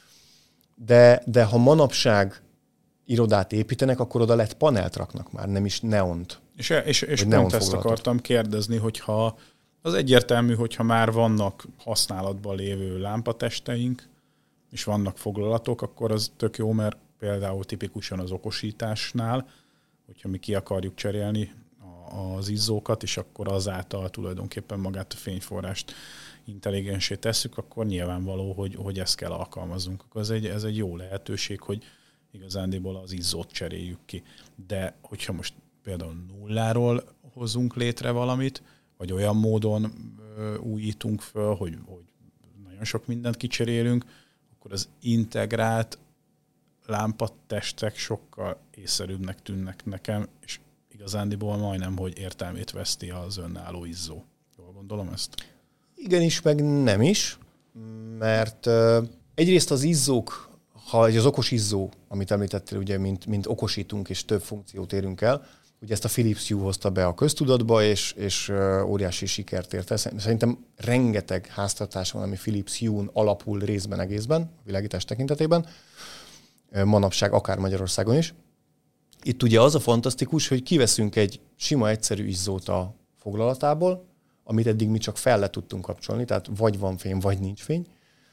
De ha manapság irodát építenek, akkor oda LED panelt raknak már, nem is neont. És pont ezt akartam kérdezni, hogyha az egyértelmű, hogyha már vannak használatban lévő lámpatesteink, és vannak foglalatok, akkor az tök jó, mert például tipikusan az okosításnál, hogyha mi ki akarjuk cserélni az izzókat, és akkor azáltal tulajdonképpen magát a fényforrást intelligensé tesszük, akkor nyilvánvaló, hogy ezt kell alkalmaznunk. Akkor ez egy jó lehetőség, hogy igazándiból az izzót cseréljük ki. De hogyha most például nulláról hozunk létre valamit, vagy olyan módon újítunk föl, hogy nagyon sok mindent kicserélünk, akkor az integrált lámpatestek sokkal észszerűbbnek tűnnek nekem, és igazándiból majdnem, hogy értelmét veszti az önálló izzó. Jól gondolom ezt? Igenis, meg nem is, mert egyrészt az izzók, ha az okos izzó, amit említettél, ugye, mint okosítunk és több funkciót érünk el, ugye ezt a Philips Hue hozta be a köztudatba, és óriási sikert ért el. Szerintem rengeteg háztartás van, ami Philips Hue-n alapul részben egészben, a világítás tekintetében, manapság akár Magyarországon is. Itt ugye az a fantasztikus, hogy kiveszünk egy sima, egyszerű izzót a foglalatából, amit eddig mi csak fel le tudtunk kapcsolni, tehát vagy van fény, vagy nincs fény.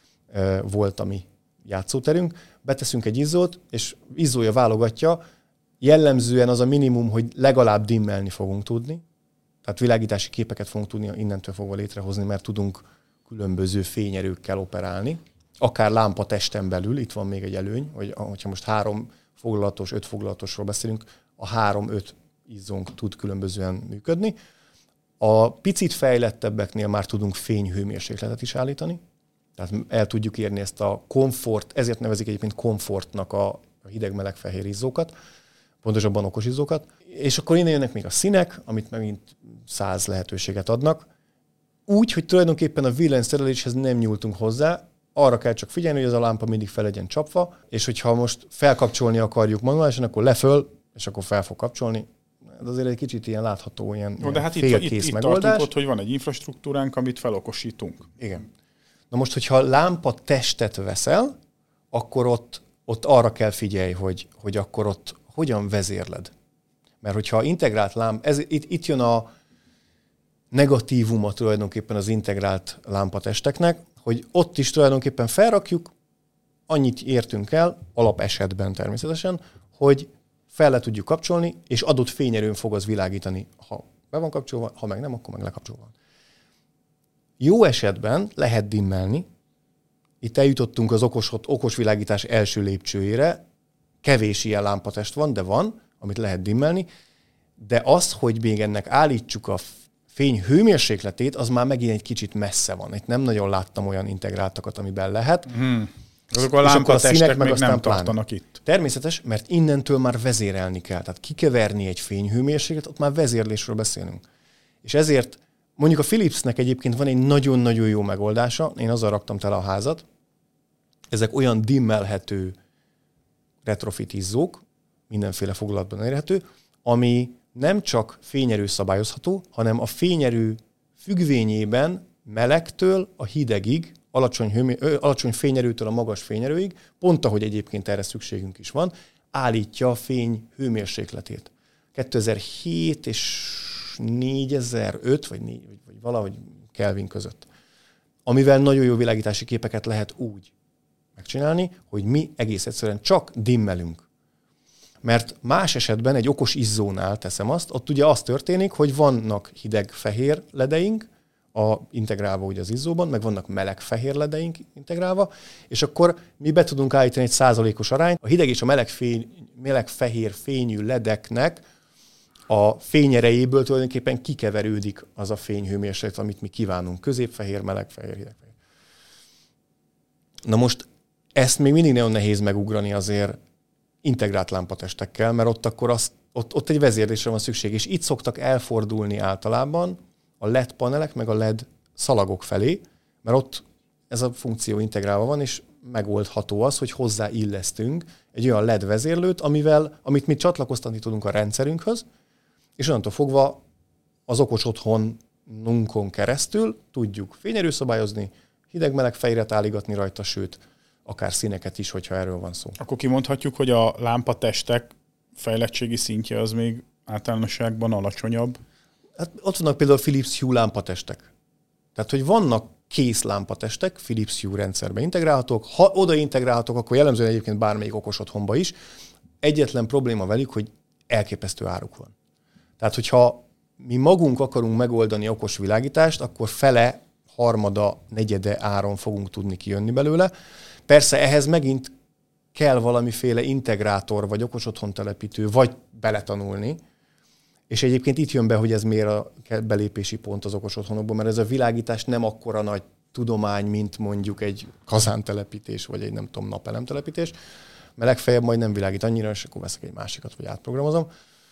Volt a mi játszóterünk. Beteszünk egy izzót, és izzója válogatja. Jellemzően az a minimum, hogy legalább dimmelni fogunk tudni. Tehát világítási képeket fogunk tudni innentől fogva létrehozni, mert tudunk különböző fényerőkkel operálni. Akár lámpatesten belül, itt van még egy előny, hogyha most 3 foglalatos, 5 foglalatosról beszélünk, a 3-5 izzónk tud különbözően működni. A picit fejlettebbeknél már tudunk fényhőmérsékletet is állítani, tehát el tudjuk érni ezt a komfort, ezért nevezik egyébként komfortnak a hideg-meleg-fehér izzókat, pontosabban okos izzókat. És akkor innen jönnek még a színek, amit megint 100 lehetőséget adnak. Úgy, hogy tulajdonképpen a villanyszereléshez nem nyúltunk hozzá, arra kell csak figyelni, hogy ez a lámpa mindig fel legyen csapva, és hogyha most felkapcsolni akarjuk manuálisan, akkor leföl, és akkor fel fog kapcsolni. Ez azért egy kicsit ilyen látható, ilyen de hát félkész itt megoldás. tartunk ott, hogy van egy infrastruktúránk, amit felokosítunk. Igen. Na most, hogyha lámpa testet veszel, akkor ott arra kell figyelj, hogy akkor ott hogyan vezérled. Mert hogyha integrált itt jön a negatívuma tulajdonképpen az integrált lámpatesteknek, hogy ott is tulajdonképpen felrakjuk, annyit értünk el, alapesetben természetesen, hogy fel le tudjuk kapcsolni, és adott fényerőn fog az világítani, ha be van kapcsolva, ha meg nem, akkor meg lekapcsolva. Jó esetben lehet dimmelni. Itt eljutottunk az okos világítás első lépcsőjére. Kevés ilyen lámpatest van, de van, amit lehet dimmelni. De az, hogy még ennek állítsuk a fény hőmérsékletét, az már megint egy kicsit messze van. Itt nem nagyon láttam olyan integráltakat, amiben lehet. Azok a lámpatestek még nem tartanak itt. Természetes, mert innentől már vezérelni kell. Tehát kikeverni egy fényhőmérsékletet, ott már vezérlésről beszélünk. És ezért mondjuk a Philipsnek egyébként van egy nagyon-nagyon jó megoldása. Én azzal raktam tele a házat. Ezek olyan dimmelhető retrofit izzók, mindenféle foglalatban elérhető, ami nem csak fényerő szabályozható, hanem a fényerő függvényében melegtől a hidegig, alacsony fényerőtől a magas fényerőig, pont ahogy egyébként erre szükségünk is van, állítja a fény hőmérsékletét. 2007 és 4005, vagy valahogy Kelvin között. Amivel nagyon jó világítási képeket lehet úgy megcsinálni, hogy mi egész egyszerűen csak dimmelünk. Mert más esetben egy okos izzónál teszem azt, ott ugye az történik, hogy vannak hideg-fehér ledeink, integrálva ugye az izzóban, meg vannak meleg-fehér integrálva, és akkor mi be tudunk állítani egy százalékos arányt. A hideg és a meleg-fehér fényű ledeknek a fényerejéből tulajdonképpen kikeverődik az a fényhőmérséklet, amit mi kívánunk. Középfehér, meleg-fehér, hideg-fehér. Na most ezt még mindig nagyon nehéz megugrani azért integrált lámpatestekkel, mert ott akkor ott egy vezérlésre van szükség, és itt szoktak elfordulni általában a LED panelek, meg a LED szalagok felé, mert ott ez a funkció integrálva van, és megoldható az, hogy hozzáillesztünk egy olyan LED vezérlőt, amit mi csatlakoztatni tudunk a rendszerünkhöz, és onnantól fogva az okos otthonunkon keresztül tudjuk fényerőszabályozni, hideg-meleg fejre táligatni rajta, sőt, akár színeket is, hogyha erről van szó. Akkor kimondhatjuk, hogy a lámpatestek fejlettségi szintje az még általánosságban alacsonyabb? Hát ott vannak például Philips Hue lámpatestek. Tehát, hogy vannak kész lámpatestek, Philips Hue rendszerbe integrálhatók. Ha oda integrálhatók, akkor jellemzően egyébként bármelyik okos otthonba is. Egyetlen probléma velük, hogy elképesztő áruk van. Tehát, hogyha mi magunk akarunk megoldani okos világítást, akkor fele, harmada, negyede áron fogunk tudni kijönni belőle. Persze ehhez megint kell valamiféle integrátor, vagy okos otthon telepítő, vagy beletanulni. És egyébként itt jön be, hogy ez miért a belépési pont az okos otthonokban, mert ez a világítás nem akkora nagy tudomány, mint mondjuk egy kazántelepítés, vagy egy nem tudom, napelemtelepítés, mert legfeljebb majd nem világít annyira, és akkor veszek egy másikat, vagy átprogramozom.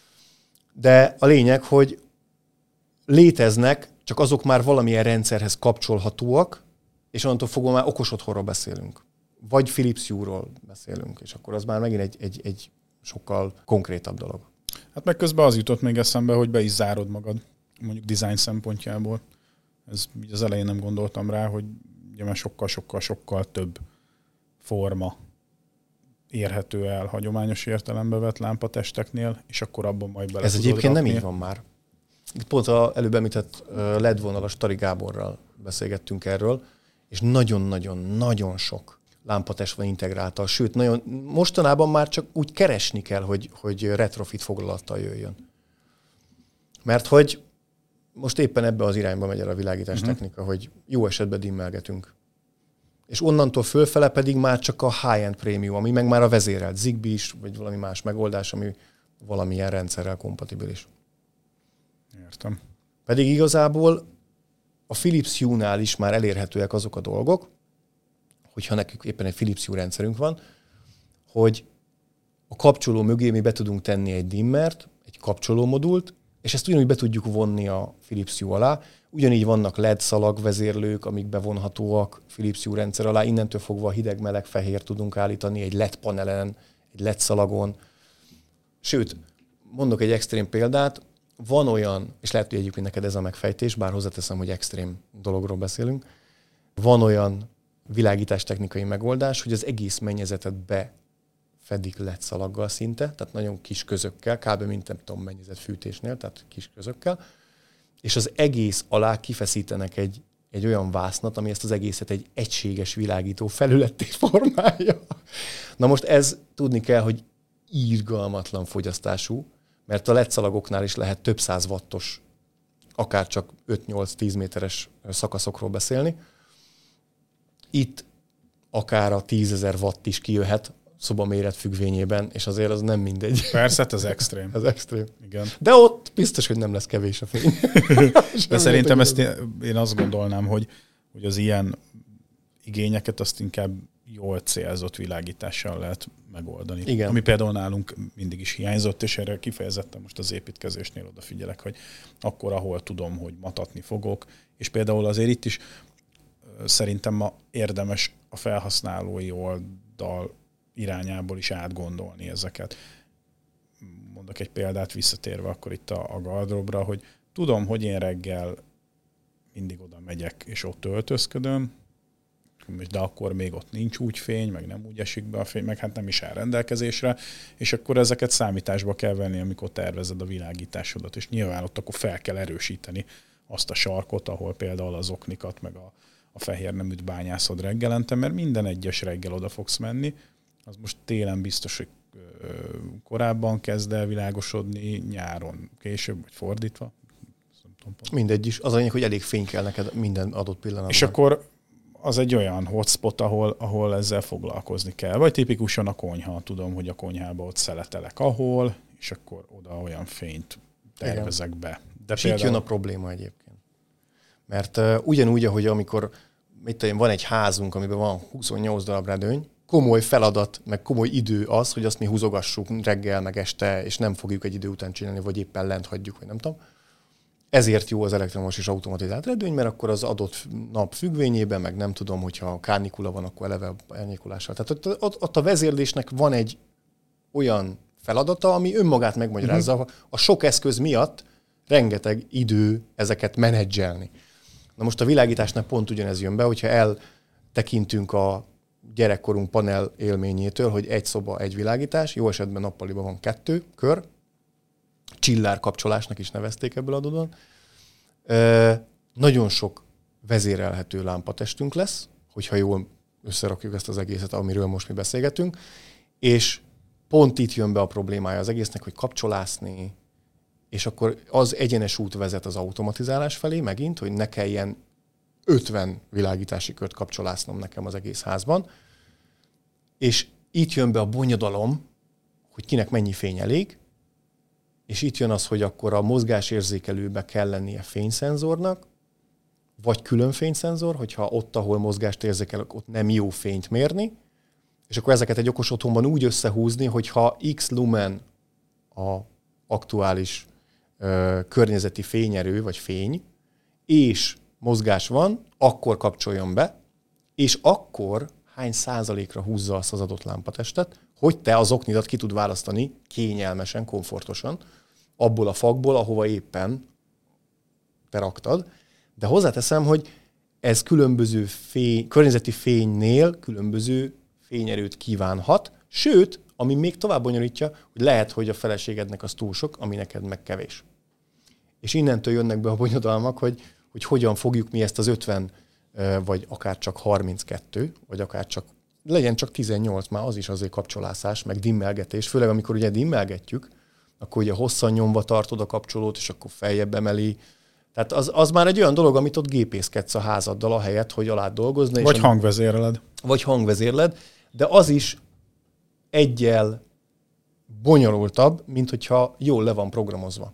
De a lényeg, hogy léteznek, csak azok már valamilyen rendszerhez kapcsolhatóak, és onnantól fogva már okos otthonról beszélünk. Vagy Philips Hue-ról beszélünk, és akkor az már megint egy sokkal konkrétabb dolog. Hát meg közben az jutott még eszembe, hogy be is zárod magad, mondjuk design szempontjából. Ez így az elején nem gondoltam rá, hogy ugye már sokkal több forma érhető el hagyományos értelembe vett lámpatesteknél, és akkor abban majd bele ez tudod egyébként rakni. Nem így van már. Itt pont az előbb említett LED vonalas Tari Gáborral beszélgettünk erről, és nagyon-nagyon sok lámpatest van integrálta. Sőt, mostanában már csak úgy keresni kell, hogy retrofit foglalattal jöjjön. Mert hogy most éppen ebbe az irányba megy el a világítás technika, hogy jó esetben dimmelgetünk. És onnantól fölfele pedig már csak a high-end prémium, ami meg már a vezérelt Zigbee is, vagy valami más megoldás, ami valamilyen rendszerrel kompatibilis. Értem. Pedig igazából a Philips Hue-nál is már elérhetőek azok a dolgok, hogyha nekünk éppen egy Philips Hue rendszerünk van, hogy a kapcsoló mögé mi be tudunk tenni egy dimmert, egy kapcsolómodult, és ezt ugyanúgy be tudjuk vonni a Philips Hue alá. Ugyanígy vannak LED szalagvezérlők, amik bevonhatóak Philips Hue rendszer alá. Innentől fogva hideg-meleg fehér tudunk állítani egy LED panelen, egy LED szalagon. Sőt, mondok egy extrém példát, van olyan, és lehet, hogy egyébként neked ez a megfejtés, bár hozzáteszem, hogy extrém dologról beszélünk, van olyan világítás technikai megoldás, hogy az egész mennyezetet befedik LED szalaggal szinte, tehát nagyon kis közökkel, kb. Mint nem tudom, mennyezet fűtésnél, tehát kis közökkel, és az egész alá kifeszítenek egy olyan vásznat, ami ezt az egészet egy egységes világító felületté formálja. Na most ez tudni kell, hogy irgalmatlan fogyasztású, mert a LED szalagoknál is lehet több száz wattos, akár csak 5-8-10 méteres szakaszokról beszélni. Itt akár a 10 000 watt is kijöhet szobaméret függvényében, és azért az nem mindegy. Persze, ez extrém. Ez extrém. Igen. De ott biztos, hogy nem lesz kevés a fény. De szerintem ezt én azt gondolnám, hogy az ilyen igényeket azt inkább jól célzott világítással lehet megoldani. Igen. Ami például nálunk mindig is hiányzott, és erre kifejezetten most az építkezésnél odafigyelek, hogy akkor, ahol tudom, hogy matatni fogok, és például azért itt is szerintem ma érdemes a felhasználói oldal irányából is átgondolni ezeket. Mondok egy példát visszatérve akkor itt a gardróbra, hogy tudom, hogy én reggel mindig oda megyek, és ott öltözködöm, de akkor még ott nincs úgy fény, meg nem úgy esik be a fény, meg hát nem is áll rendelkezésre, és akkor ezeket számításba kell venni, amikor tervezed a világításodat, és nyilván ott akkor fel kell erősíteni azt a sarkot, ahol például az oknikat, meg a fehér neműt bányászod reggelente, mert minden egyes reggel oda fogsz menni, az most télen biztos, hogy korábban kezd el világosodni, nyáron később, vagy fordítva. Mindegy is. Az a lényeg, hogy elég fény kell neked minden adott pillanatban. És akkor az egy olyan hotspot, ahol ezzel foglalkozni kell. Vagy tipikusan a konyha. Tudom, hogy a konyhában ott szeletelek ahol, és akkor oda olyan fényt tervezek be. De és például... itt jön a probléma egyébként. Mert ugyanúgy, ahogy amikor van egy házunk, amiben van 28 darab redőny, komoly feladat, meg komoly idő az, hogy azt mi húzogassuk reggel, meg este, és nem fogjuk egy idő után csinálni, vagy éppen lent hagyjuk, vagy nem tudom. Ezért jó az elektromos és automatizált redőny, mert akkor az adott nap függvényében, meg nem tudom, hogyha kánikula van, akkor eleve elnyékulással. Tehát ott a vezérlésnek van egy olyan feladata, ami önmagát megmagyarázza. A sok eszköz miatt rengeteg idő ezeket menedzselni. Na most a világításnak pont ugyanez jön be, hogyha eltekintünk a gyerekkorunk panel élményétől, hogy egy szoba, egy világítás, jó esetben nappaliban van 2 kör, csillár kapcsolásnak is nevezték ebből adódóan. Nagyon sok vezérelhető lámpatestünk lesz, hogyha jól összerakjuk ezt az egészet, amiről most mi beszélgetünk, és pont itt jön be a problémája az egésznek, hogy kapcsolászni, és akkor az egyenes út vezet az automatizálás felé megint, hogy ne kelljen 50 világítási kört kapcsolásznom nekem az egész házban, és itt jön be a bonyodalom, hogy kinek mennyi fény elég, és itt jön az, hogy akkor a mozgásérzékelőbe kell lennie fényszenzornak, vagy külön fényszenzor, hogyha ott, ahol mozgást érzékelek, ott nem jó fényt mérni, és akkor ezeket egy okos otthonban úgy összehúzni, hogyha X lumen a aktuális környezeti fényerő, vagy fény, és mozgás van, akkor kapcsoljon be, és akkor hány százalékra húzza azt az adott lámpatestet, hogy te az oknidat ki tud választani kényelmesen, komfortosan, abból a fakból, ahova éppen te raktad. De hozzáteszem, hogy ez különböző környezeti fénynél különböző fényerőt kívánhat, sőt, ami még tovább bonyolítja, hogy lehet, hogy a feleségednek az túl sok, ami neked meg kevés. És innentől jönnek be a bonyodalmak, hogy hogyan fogjuk mi ezt az 50, vagy akár csak 32, vagy akár csak, legyen csak 18, már az is azért kapcsolászás, meg dimmelgetés, főleg amikor ugye dimmelgetjük, akkor ugye hosszan nyomva tartod a kapcsolót, és akkor feljebb emeli. Tehát az már egy olyan dolog, amit ott gépészkedsz a házaddal, ahelyett, hogy alá dolgozni. Vagy hangvezérled. Vagy hangvezérled, de az is egyel bonyolultabb, mint hogyha jól le van programozva.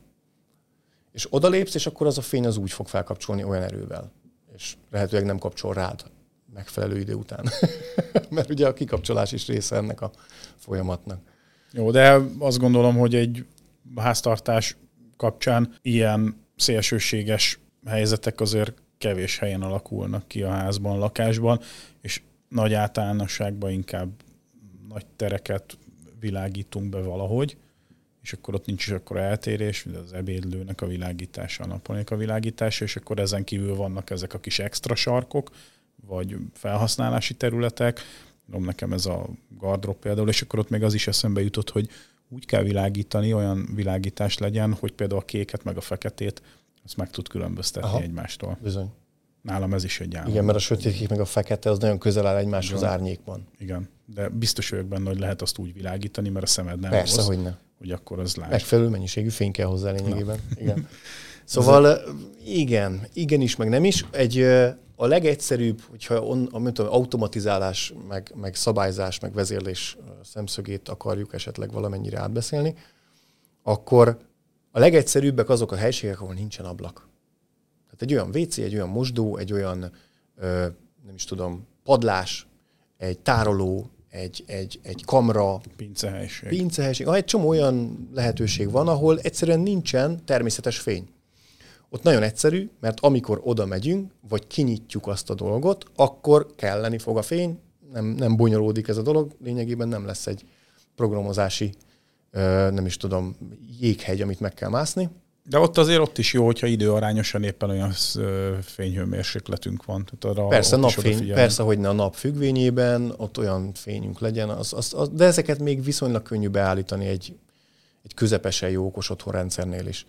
És odalépsz, és akkor az a fény az úgy fog felkapcsolni olyan erővel. És lehetőleg nem kapcsol rád megfelelő idő után. Mert ugye a kikapcsolás is része ennek a folyamatnak. Jó, de azt gondolom, hogy egy háztartás kapcsán ilyen szélsőséges helyzetek azért kevés helyen alakulnak ki a házban, lakásban, és nagy általánosságban inkább nagy tereket világítunk be valahogy, és akkor ott nincs is akkor eltérés, mint az ebédlőnek a világítása, a nappalinak a világítása, és akkor ezen kívül vannak ezek a kis extra sarkok, vagy felhasználási területek, nekem ez a gardrób például, és akkor ott még az is eszembe jutott, hogy úgy kell világítani, olyan világítás legyen, hogy például a kéket meg a feketét azt meg tud különböztetni egymástól. Bizony. Nálam ez is egy állam. Igen, mert a sötétkék meg a fekete az nagyon közel áll egymáshoz árnyékban. Igen, de biztos vagyok benne, hogy lehet azt úgy világítani, mert a szemed nem persze, hogy ne. Hogy akkor az lát. Megfelelő mennyiségű fény kell hozzá lényegében. Igen. Szóval igen is, meg nem is. A legegyszerűbb, hogyha automatizálás, meg szabályzás, meg vezérlés szemszögét akarjuk esetleg valamennyire átbeszélni, akkor a legegyszerűbbek azok a helységek, ahol nincsen ablak. Tehát egy olyan WC, egy olyan mosdó, egy olyan, nem is tudom, padlás, egy tároló, egy kamra, pincehelység. Egy csomó olyan lehetőség van, ahol egyszerűen nincsen természetes fény. Ott nagyon egyszerű, mert amikor oda megyünk, vagy kinyitjuk azt a dolgot, akkor kelleni fog a fény, nem bonyolódik ez a dolog, lényegében nem lesz egy programozási, nem is tudom, jéghegy, amit meg kell mászni. De ott is jó, hogyha időarányosan éppen olyan fényhőmérsékletünk van. Persze, napfény, persze, hogy ne a nap függvényében, ott olyan fényünk legyen, de ezeket még viszonylag könnyű beállítani egy közepesen jó okos otthonrendszernél is.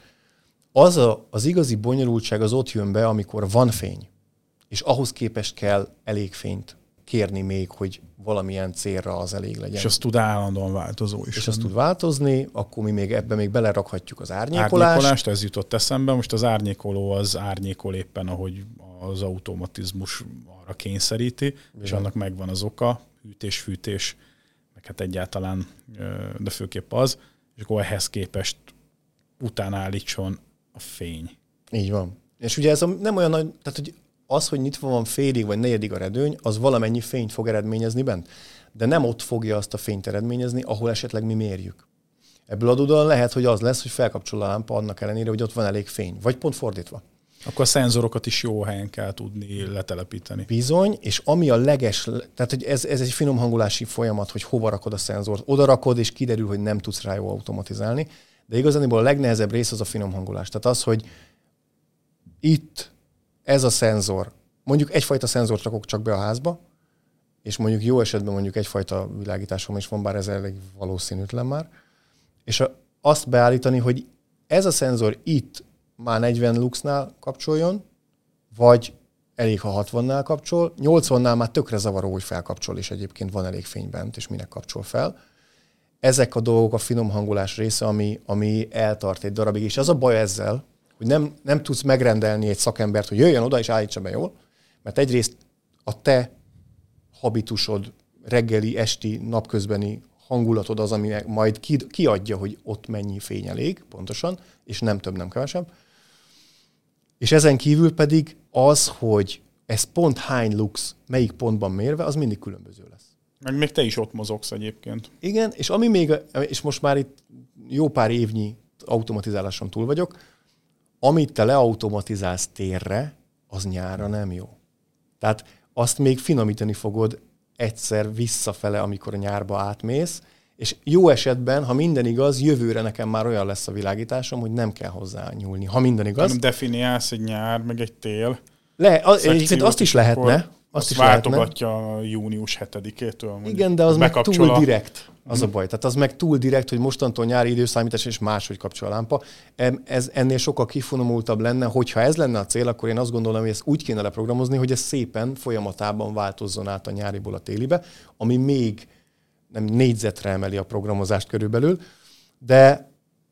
Az igazi bonyolultság az ott jön be, amikor van fény, és ahhoz képest kell elég fényt kérni még, hogy valamilyen célra az elég legyen. És az tud állandóan változó is. És az tud változni, akkor mi még ebben még belerakhatjuk az árnyékolást. Ez jutott eszembe. Most az árnyékoló az árnyékol éppen, ahogy az automatizmus arra kényszeríti, és annak megvan az oka, hűtés, fűtés, meg hát egyáltalán, de főképp az, és akkor ehhez képest utána állítson a fény. Így van. És ugye ez nem olyan nagy, tehát hogy az, hogy nyitva van félig vagy negyedig a redőny, az valamennyi fényt fog eredményezni bent. De nem ott fogja azt a fényt eredményezni, ahol esetleg mi mérjük. Ebből adódóan lehet, hogy az lesz, hogy felkapcsol a lámpa annak ellenére, hogy ott van elég fény. Vagy pont fordítva. Akkor a szenzorokat is jó helyen kell tudni letelepíteni. Bizony, és ami a tehát hogy ez egy finom hangolási folyamat, hogy hova rakod a szenzort. Oda rakod, és kiderül, hogy nem tudsz rá jó automatizálni. De igazából a legnehezebb rész az a finom hangolás. Tehát az, hogy itt ez a szenzor, mondjuk egyfajta szenzort rakok csak be a házba, és mondjuk jó esetben mondjuk egyfajta világításom is van, bár ez elég valószínűtlen már, és azt beállítani, hogy ez a szenzor itt már 40 luxnál kapcsoljon, vagy elég, ha 60-nál kapcsol, 80-nál már tökre zavaró, hogy felkapcsol, és egyébként van elég fény bent, és minek kapcsol fel. Ezek a dolgok a finom hangolás része, ami eltart egy darabig, és az a baj ezzel, hogy nem tudsz megrendelni egy szakembert, hogy jöjjön oda és állítsa be jól, mert egyrészt a te habitusod, reggeli, esti, napközbeni hangulatod az, ami majd kiadja, hogy ott mennyi fény elég, pontosan, és nem több, nem kevesebb. És ezen kívül pedig az, hogy ez pont hány lux, melyik pontban mérve, az mindig különböző lesz. Meg még te is ott mozogsz egyébként. Igen, és most már itt jó pár évnyi automatizáláson túl vagyok, amit te leautomatizálsz térre, az nyárra nem jó. Tehát azt még finomítani fogod egyszer visszafele, amikor a nyárba átmész, és jó esetben, ha minden igaz, jövőre nekem már olyan lesz a világításom, hogy nem kell hozzá nyúlni. Ha minden igaz. Nem definiálsz egy nyár, meg egy tél. Egyébként azt is lehetne. Azt váltogatja június 7-től. Igen, de az meg túl direkt. Az a baj. Tehát az meg túl direkt, hogy mostantól nyári időszámítás és máshogy kapcsol a lámpa. Ez ennél sokkal kifinomultabb lenne, hogyha ez lenne a cél, akkor én azt gondolom, hogy ezt úgy kéne leprogramozni, hogy ez szépen folyamatában változzon át a nyáriból a télibe, ami még nem négyzetre emeli a programozást körülbelül, de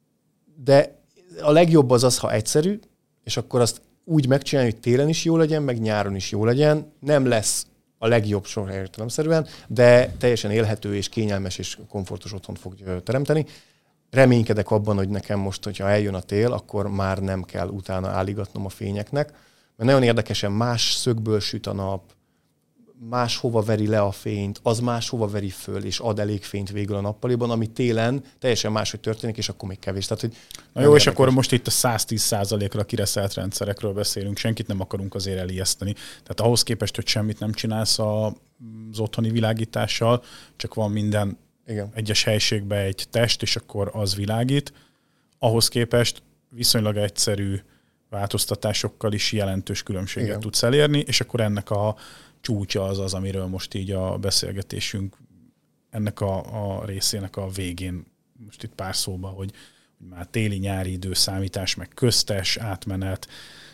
a legjobb az, ha egyszerű, és akkor azt úgy megcsinálni, hogy télen is jó legyen, meg nyáron is jó legyen. Nem lesz a legjobb soha értelemszerűen, de teljesen élhető és kényelmes és komfortos otthont fog teremteni. Reménykedek abban, hogy nekem most, hogyha eljön a tél, akkor már nem kell utána álligatnom a fényeknek, mert nagyon érdekesen más szögből süt a nap, máshova veri le a fényt, az máshova veri föl, és ad elég fényt végül a nappaliban, ami télen teljesen máshogy történik, és akkor még kevés. Tehát, hogy na jó, és akkor most itt a 110%-ra kireszelt rendszerekről beszélünk, senkit nem akarunk azért elijeszteni. Tehát ahhoz képest, hogy semmit nem csinálsz az otthoni világítással, csak van minden egyes helyiségben egy test, és akkor az világít. Ahhoz képest viszonylag egyszerű változtatásokkal is jelentős különbséget tudsz elérni, és akkor ennek a csúcsa az, amiről most így a beszélgetésünk ennek a részének a végén, most itt pár szóba, hogy már téli-nyári időszámítás, meg köztes átmenet,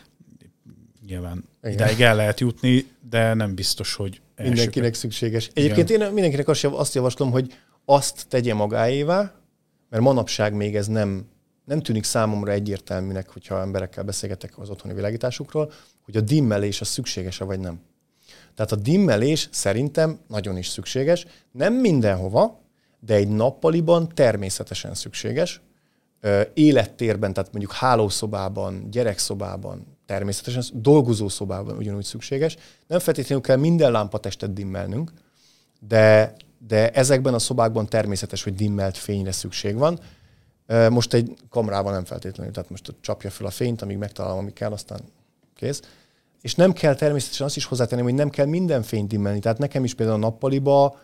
nyilván idáig el lehet jutni, de nem biztos, hogy mindenkinek szükséges. Egyébként én mindenkinek azt javaslom, hogy azt tegye magáévá, mert manapság még ez nem tűnik számomra egyértelműnek, hogyha emberekkel beszélgetek az otthoni világításukról, hogy a dimmelés az szükséges-e vagy nem. Tehát a dimmelés szerintem nagyon is szükséges. Nem mindenhova, de egy nappaliban természetesen szükséges. Élettérben, tehát mondjuk hálószobában, gyerekszobában, természetesen dolgozószobában ugyanúgy szükséges. Nem feltétlenül kell minden lámpatestet dimmelnünk, de ezekben a szobákban természetes, hogy dimmelt fényre szükség van. Most egy kamrával nem feltétlenül, tehát most csapja fel a fényt, amíg megtalálom, ami kell, aztán kész. És nem kell természetesen azt is hozzátenném, hogy nem kell minden fényt dimmelni. Tehát nekem is például a nappaliba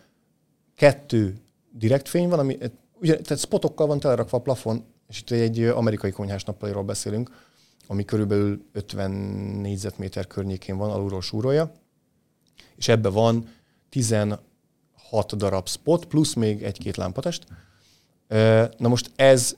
2 direkt fény van, tehát spotokkal van telerakva a plafon, és itt egy amerikai konyhás nappaliról beszélünk, ami körülbelül 50 négyzetméter környékén van, alulról súrolja, és ebbe van 16 darab spot, plusz még 1-2 lámpatest. Na most ez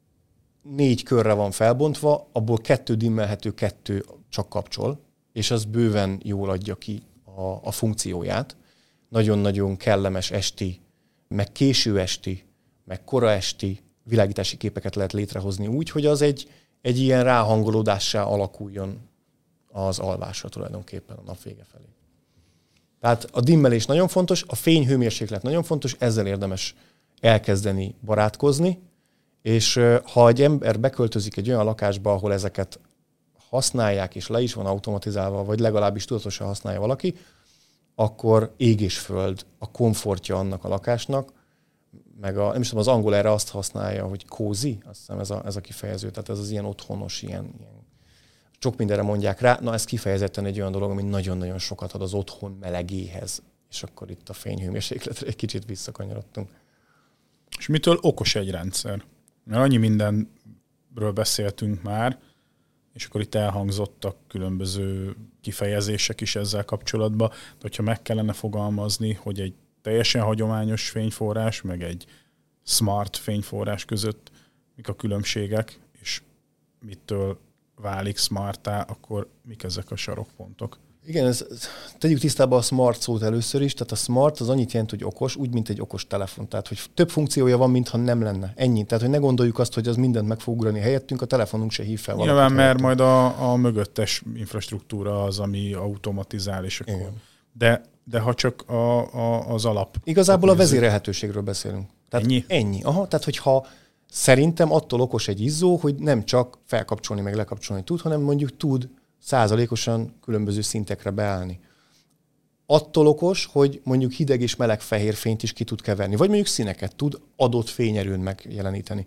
4 körre van felbontva, abból 2 dimmelhető, 2 csak kapcsol, és az bőven jól adja ki a funkcióját. Nagyon-nagyon kellemes esti, meg késő esti, meg kora esti világítási képeket lehet létrehozni úgy, hogy az egy ilyen ráhangolódássá alakuljon az alvásra tulajdonképpen a nap vége felé. Tehát a dimmelés nagyon fontos, a fényhőmérséklet nagyon fontos, ezzel érdemes elkezdeni barátkozni, és ha egy ember beköltözik egy olyan lakásba, ahol ezeket használják, és le is van automatizálva, vagy legalábbis tudatosan használja valaki, akkor ég és föld a komfortja annak a lakásnak, meg nem is tudom, az angol erre azt használja, hogy cozy, azt hiszem ez a kifejező, tehát ez az ilyen otthonos, ilyen sok mindenre mondják rá. Na, ez kifejezetten egy olyan dolog, ami nagyon-nagyon sokat ad az otthon melegéhez, és akkor itt a fényhőmérsékletre egy kicsit visszakanyarodtunk. És mitől okos egy rendszer? Mert annyi mindenről beszéltünk már, és akkor itt elhangzottak különböző kifejezések is ezzel kapcsolatban, de hogyha meg kellene fogalmazni, hogy egy teljesen hagyományos fényforrás, meg egy smart fényforrás között mik a különbségek, és mitől válik smarttá, akkor mik ezek a sarokpontok? Igen, tegyük tisztába a smart szót először is, tehát a smart az annyit jelent, hogy okos, úgy, mint egy okos telefon. Tehát, hogy több funkciója van, mintha nem lenne. Ennyi. Tehát, hogy ne gondoljuk azt, hogy az mindent meg fog ugrani helyettünk, a telefonunk se hív fel valamit. Nyilván, mert majd a mögöttes infrastruktúra az, ami automatizál, és akkor. De ha csak az alap. Igazából a vezérelhetőségről beszélünk. Tehát ennyi? Aha, tehát hogyha szerintem attól okos egy izzó, hogy nem csak felkapcsolni, meg lekapcsolni tud, hanem mondjuk tud százalékosan különböző szintekre beállni. Attól okos, hogy mondjuk hideg és meleg fehér fényt is ki tud keverni, vagy mondjuk színeket tud adott fényerőn megjeleníteni.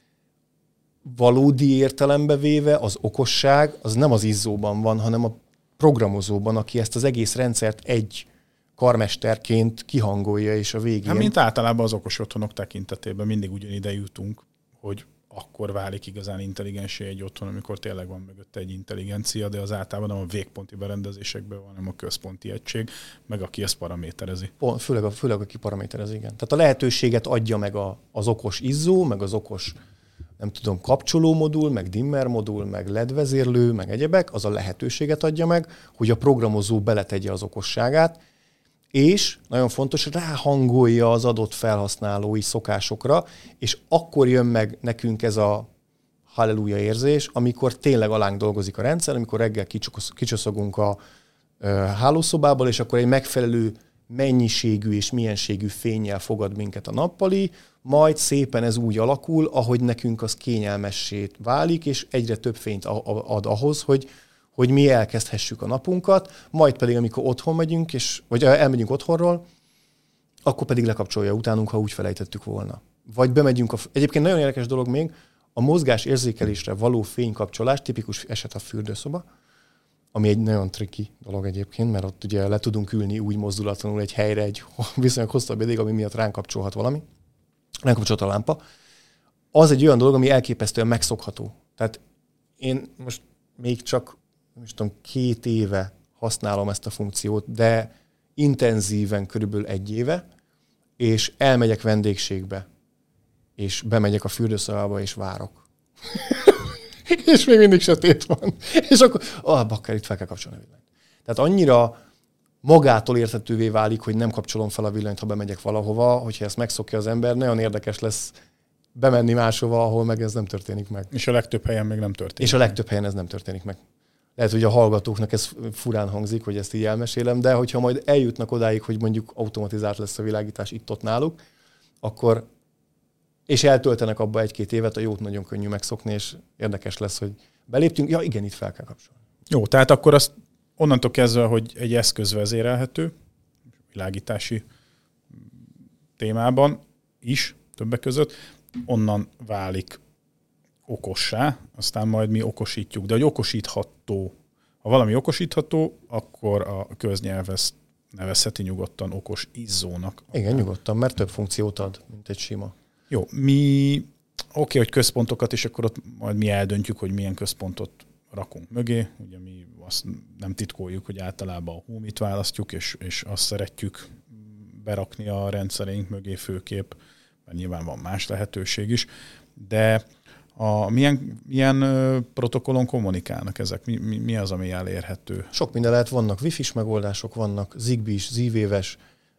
Valódi értelembe véve az okosság az nem az izzóban van, hanem a programozóban, aki ezt az egész rendszert egy karmesterként kihangolja, és a végén... Hát, mint általában az okos otthonok tekintetében mindig ugyanide jutunk, hogy akkor válik igazán intelligensé egy otthon, amikor tényleg van mögötte egy intelligencia, de az általában nem a végponti berendezésekben van, hanem a központi egység, meg aki ezt paraméterezi. Főleg aki paraméterezi, igen. Tehát a lehetőséget adja meg az okos izzó, meg az okos, nem tudom, kapcsolómodul, meg dimmer modul, meg LED vezérlő, meg egyebek, az a lehetőséget adja meg, hogy a programozó beletegye az okosságát, és nagyon fontos, ráhangolja az adott felhasználói szokásokra, és akkor jön meg nekünk ez a halleluja érzés, amikor tényleg alánk dolgozik a rendszer, amikor reggel kicsoszogunk a hálószobából, és akkor egy megfelelő mennyiségű és mienségű fénnyel fogad minket a nappali, majd szépen ez úgy alakul, ahogy nekünk az kényelmessé válik, és egyre több fényt ad ahhoz, hogy mi elkezdhessük a napunkat, majd pedig, amikor otthon megyünk, vagy elmegyünk otthonról, akkor pedig lekapcsolja utánunk, ha úgy felejtettük volna. Vagy bemegyünk egyébként nagyon érdekes dolog még, a mozgás érzékelésre való fénykapcsolás, tipikus eset a fürdőszoba, ami egy nagyon tricky dolog egyébként, mert ott ugye le tudunk ülni úgy mozdulatlanul egy helyre egy viszonylag hosszabb ideig, ami miatt ránk kapcsolhat valami, ránk kapcsolhat a lámpa. Az egy olyan dolog, ami elképesztően megszokható. Tehát én most még csak nem tudom, 2 éve használom ezt a funkciót, de intenzíven körülbelül 1 éve, és elmegyek vendégségbe, és bemegyek a fürdőszobába, és várok. És még mindig sötét van. És akkor, bakker, itt fel kell kapcsolni a villanyt. Tehát annyira magától érthetővé válik, hogy nem kapcsolom fel a villanyt, ha bemegyek valahova, hogyha ezt megszokja az ember, nagyon érdekes lesz bemenni máshova, ahol meg ez nem történik meg. És a legtöbb helyen még nem történik. És a legtöbb helyen ez nem történik meg. Lehet, hogy a hallgatóknak ez furán hangzik, hogy ezt így elmesélem, de hogyha majd eljutnak odáig, hogy mondjuk automatizált lesz a világítás itt-ott náluk, akkor, és eltöltenek abba 1-2 évet, a jót nagyon könnyű megszokni, és érdekes lesz, hogy beléptünk, ja igen, itt fel kell kapcsolni. Jó, tehát akkor azt onnantól kezdve, hogy egy eszköz vezérelhető, világítási témában is, többek között, onnan válik okossá, aztán majd mi okosítjuk. De hogy okosítható, ha valami okosítható, akkor a köznyelv ezt nevezheti nyugodtan okos izzónak. Igen, nyugodtan, mert több funkciót ad, mint egy sima. Jó, oké, hogy központokat, és akkor ott majd mi eldöntjük, hogy milyen központot rakunk mögé. Ugye mi azt nem titkoljuk, hogy általában a Home-it választjuk, és azt szeretjük berakni a rendszereink mögé főképp, mert nyilván van más lehetőség is. De milyen protokollon kommunikálnak ezek? Mi az, ami elérhető? Sok minden lehet, vannak Wi-Fi-s megoldások, vannak Zigbee-s, Z-Wave-es,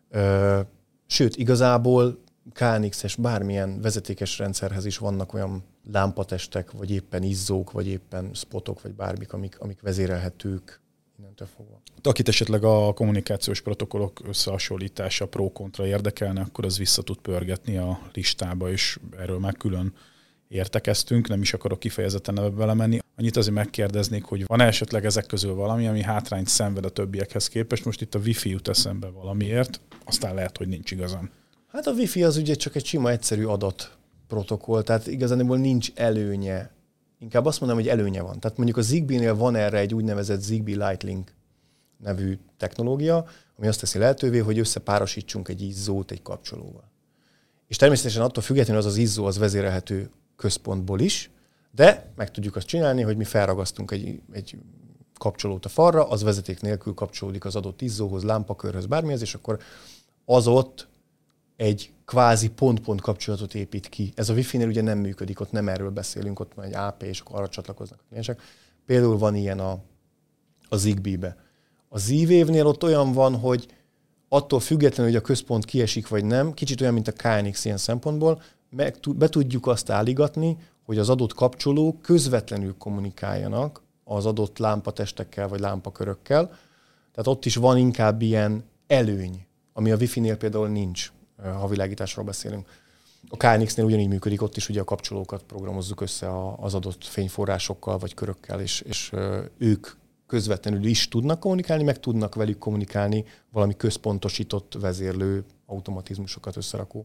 sőt, igazából KNX-es bármilyen vezetékes rendszerhez is vannak olyan lámpatestek, vagy éppen izzók, vagy éppen spotok, vagy bármik, amik vezérelhetők innentől fogva. Akit esetleg a kommunikációs protokollok összehasonlítása pro-kontra érdekelne, akkor az vissza tud pörgetni a listába, és erről már külön értekeztünk, nem is akarok kifejezetten ebbe belemenni. Annyit azért megkérdeznék, hogy van esetleg ezek közül valami, ami hátrányt szenved a többiekhez képest. Most itt a Wi-Fi jut eszembe valamiért, aztán lehet, hogy nincs igazán. Hát a Wi-Fi az ugye csak egy sima, egyszerű adatprotokoll, tehát igazából nincs előnye. Inkább azt mondom, hogy előnye van. Tehát mondjuk a Zigbee-nél van erre egy úgynevezett Zigbee Lightlink nevű technológia, ami azt teszi lehetővé, hogy összepárosítsunk egy izzót egy kapcsolóval. És természetesen attól függetlenül az izzó az vezérelhető központból is, de meg tudjuk azt csinálni, hogy mi felragasztunk egy kapcsolót a falra, az vezeték nélkül kapcsolódik az adott izzóhoz, lámpakörhöz, bármihez, és akkor az ott egy kvázi pont-pont kapcsolatot épít ki. Ez a Wi-Fi-nél ugye nem működik, ott nem erről beszélünk, ott van egy AP, és akkor arra csatlakoznak a kliensek. Például van ilyen a Zigbee-be. A Z-Wave-nél ott olyan van, hogy attól függetlenül, hogy a központ kiesik vagy nem, kicsit olyan, mint a KNX ilyen szempontból, be tudjuk azt állígatni, hogy az adott kapcsolók közvetlenül kommunikáljanak az adott lámpatestekkel vagy lámpakörökkel. Tehát ott is van inkább ilyen előny, ami a Wi-Fi-nél például nincs, ha világításról beszélünk. A KNX-nél ugyanígy működik, ott is ugye a kapcsolókat programozzuk össze az adott fényforrásokkal vagy körökkel, és ők közvetlenül is tudnak kommunikálni, meg tudnak velük kommunikálni valami központosított vezérlő automatizmusokat összerakó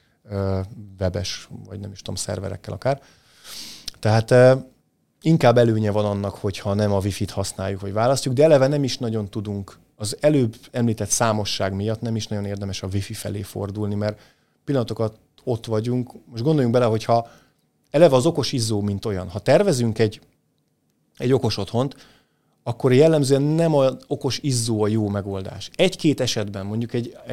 webes, vagy nem is tudom, szerverekkel akár. Tehát inkább előnye van annak, hogyha nem a Wi-Fi-t használjuk, vagy választjuk, de eleve nem is nagyon tudunk, az előbb említett számosság miatt nem is nagyon érdemes a Wi-Fi felé fordulni, mert pillanatokat ott vagyunk. Most gondoljunk bele, hogyha eleve az okos izzó, mint olyan, ha tervezünk egy okos otthont, akkor jellemzően nem az okos izzó a jó megoldás. Egy-két esetben mondjuk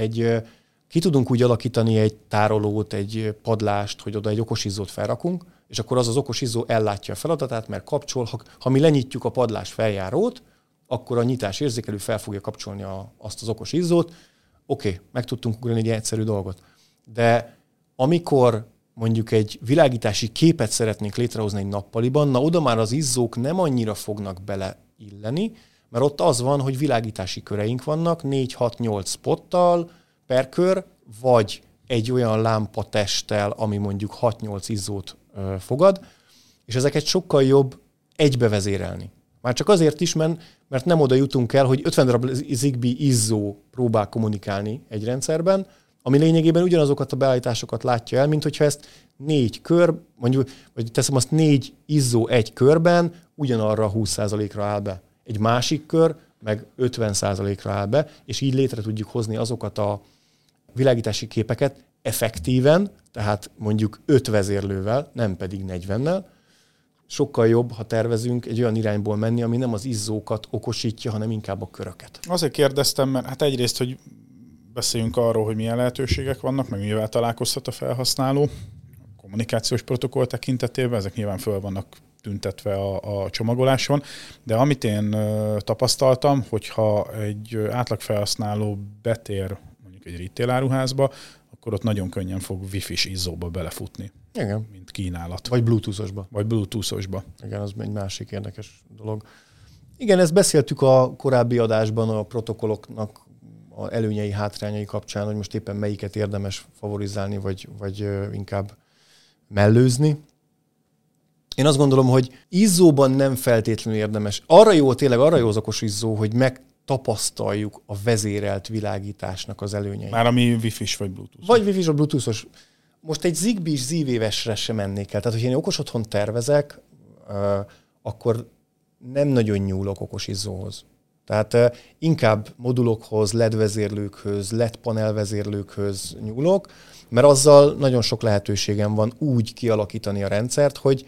ki tudunk úgy alakítani egy tárolót, egy padlást, hogy oda egy okos izzót felrakunk, és akkor az okos izzó ellátja a feladatát, mert kapcsol. Ha mi lenyitjuk a padlás feljárót, akkor a nyitás érzékelő fel fogja kapcsolni azt az okos izzót. Oké, meg tudtunk ugrani egy egyszerű dolgot. De amikor mondjuk egy világítási képet szeretnénk létrehozni egy nappaliban, na oda már az izzók nem annyira fognak beleilleni, mert ott az van, hogy világítási köreink vannak, 4-6-8 spottal per kör, vagy egy olyan lámpatesttel, ami mondjuk 6-8 izzót fogad, és ezeket sokkal jobb egybevezérelni. Már csak azért is, mert nem oda jutunk el, hogy 50 darab Zigbee izzó próbál kommunikálni egy rendszerben, ami lényegében ugyanazokat a beállításokat látja el, mint hogyha ezt 4 kör, mondjuk, vagy teszem azt 4 izzó egy körben, ugyanarra 20%-ra áll be. Egy másik kör meg 50%-ra áll be, és így létre tudjuk hozni azokat a világítási képeket effektíven, tehát mondjuk 5 vezérlővel, nem pedig 40-nel. Sokkal jobb, ha tervezünk egy olyan irányból menni, ami nem az izzókat okosítja, hanem inkább a köröket. Azért kérdeztem, mert hát egyrészt, hogy beszéljünk arról, hogy milyen lehetőségek vannak, meg mivel találkozhat a felhasználó a kommunikációs protokoll tekintetében, ezek nyilván föl vannak tüntetve a csomagoláson, de amit én tapasztaltam, hogyha egy átlag felhasználó betér mondjuk egy retail áruházba, akkor ott nagyon könnyen fog wifi-s izzóba belefutni. Igen. Mint kínálat. Vagy bluetoothosba. Vagy bluetoothosba. Igen, az egy másik érdekes dolog. Igen, ezt beszéltük a korábbi adásban a protokolloknak a előnyei, hátrányai kapcsán, hogy most éppen melyiket érdemes favorizálni, vagy inkább mellőzni. Én azt gondolom, hogy izzóban nem feltétlenül érdemes. Arra jó az okos izzó, hogy megtapasztaljuk a vezérelt világításnak az előnyeit. Már ami wifi-s vagy bluetooth. Vagy wifi-s vagy bluetoothos. Most egy Zigbee-s Z-Wave-esre sem mennék el. Tehát, hogyha én okos otthon tervezek, akkor nem nagyon nyúlok okos izzóhoz. Tehát inkább modulokhoz, LED vezérlőkhöz, LED panelvezérlőkhöz nyúlok, mert azzal nagyon sok lehetőségem van úgy kialakítani a rendszert, hogy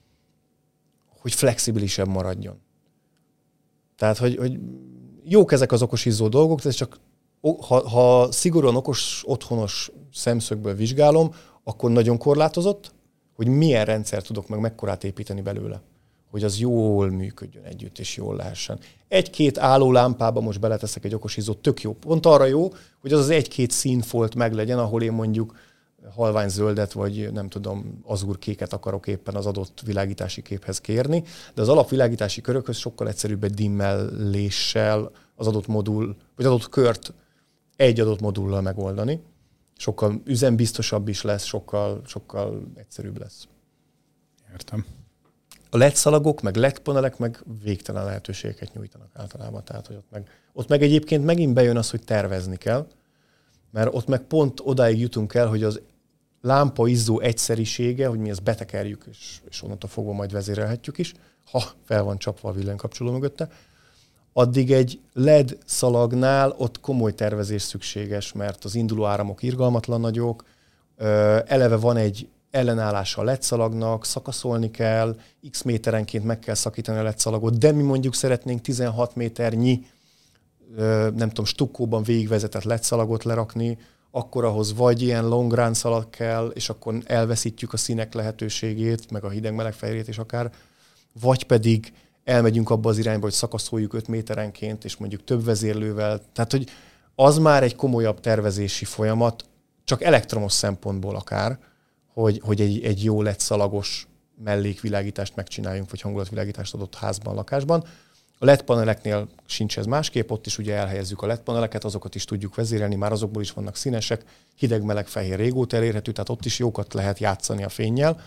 flexibilisebb maradjon. Tehát, hogy jók ezek az okos izzó dolgok, de csak ha szigorúan okos otthonos szemszögből vizsgálom, akkor nagyon korlátozott, hogy milyen rendszert tudok meg mekkorát építeni belőle, hogy az jól működjön együtt, és jól lehessen. 1-2 álló lámpába most beleteszek egy okos izzót, tök jó. Pont arra jó, hogy az 1-2 színfolt meglegyen, ahol én mondjuk halvány zöldet, vagy nem tudom, azúrkéket akarok éppen az adott világítási képhez kérni, de az alapvilágítási körökhöz sokkal egyszerűbb egy dimmeléssel az adott modul, vagy adott kört egy adott modullal megoldani. Sokkal üzembiztosabb is lesz, sokkal egyszerűbb lesz. Értem. A LED szalagok, meg LED panelek meg végtelen lehetőségeket nyújtanak általában. Tehát, hogy ott meg egyébként megint bejön az, hogy tervezni kell, mert ott meg pont odáig jutunk el, hogy az lámpa izzó egyszerisége, hogy mi ezt betekerjük, és onnantól fogva majd vezérelhetjük is, ha fel van csapva a villanykapcsoló mögötte, addig egy LED szalagnál ott komoly tervezés szükséges, mert az induló áramok irgalmatlan nagyok, eleve van egy ellenállása a LED szalagnak, szakaszolni kell, x méterenként meg kell szakítani a LED szalagot, de mi mondjuk szeretnénk 16 méternyi, nem tudom, stukkóban végigvezetett LED szalagot lerakni, akkor ahhoz vagy ilyen long run szalag kell, és akkor elveszítjük a színek lehetőségét, meg a hideg-meleg fehérjét is akár, vagy pedig elmegyünk abba az irányba, hogy szakaszoljuk 5 méterenként, és mondjuk több vezérlővel. Tehát, hogy az már egy komolyabb tervezési folyamat, csak elektromos szempontból akár, hogy egy jó LED szalagos mellékvilágítást megcsináljunk, vagy hangulatvilágítást adott házban, lakásban. A LED paneleknél sincs ez másképp, ott is ugye elhelyezzük a LED paneleket, azokat is tudjuk vezérelni, már azokból is vannak színesek, hideg, meleg, fehér, régóta elérhető, tehát ott is jókat lehet játszani a fénnyel,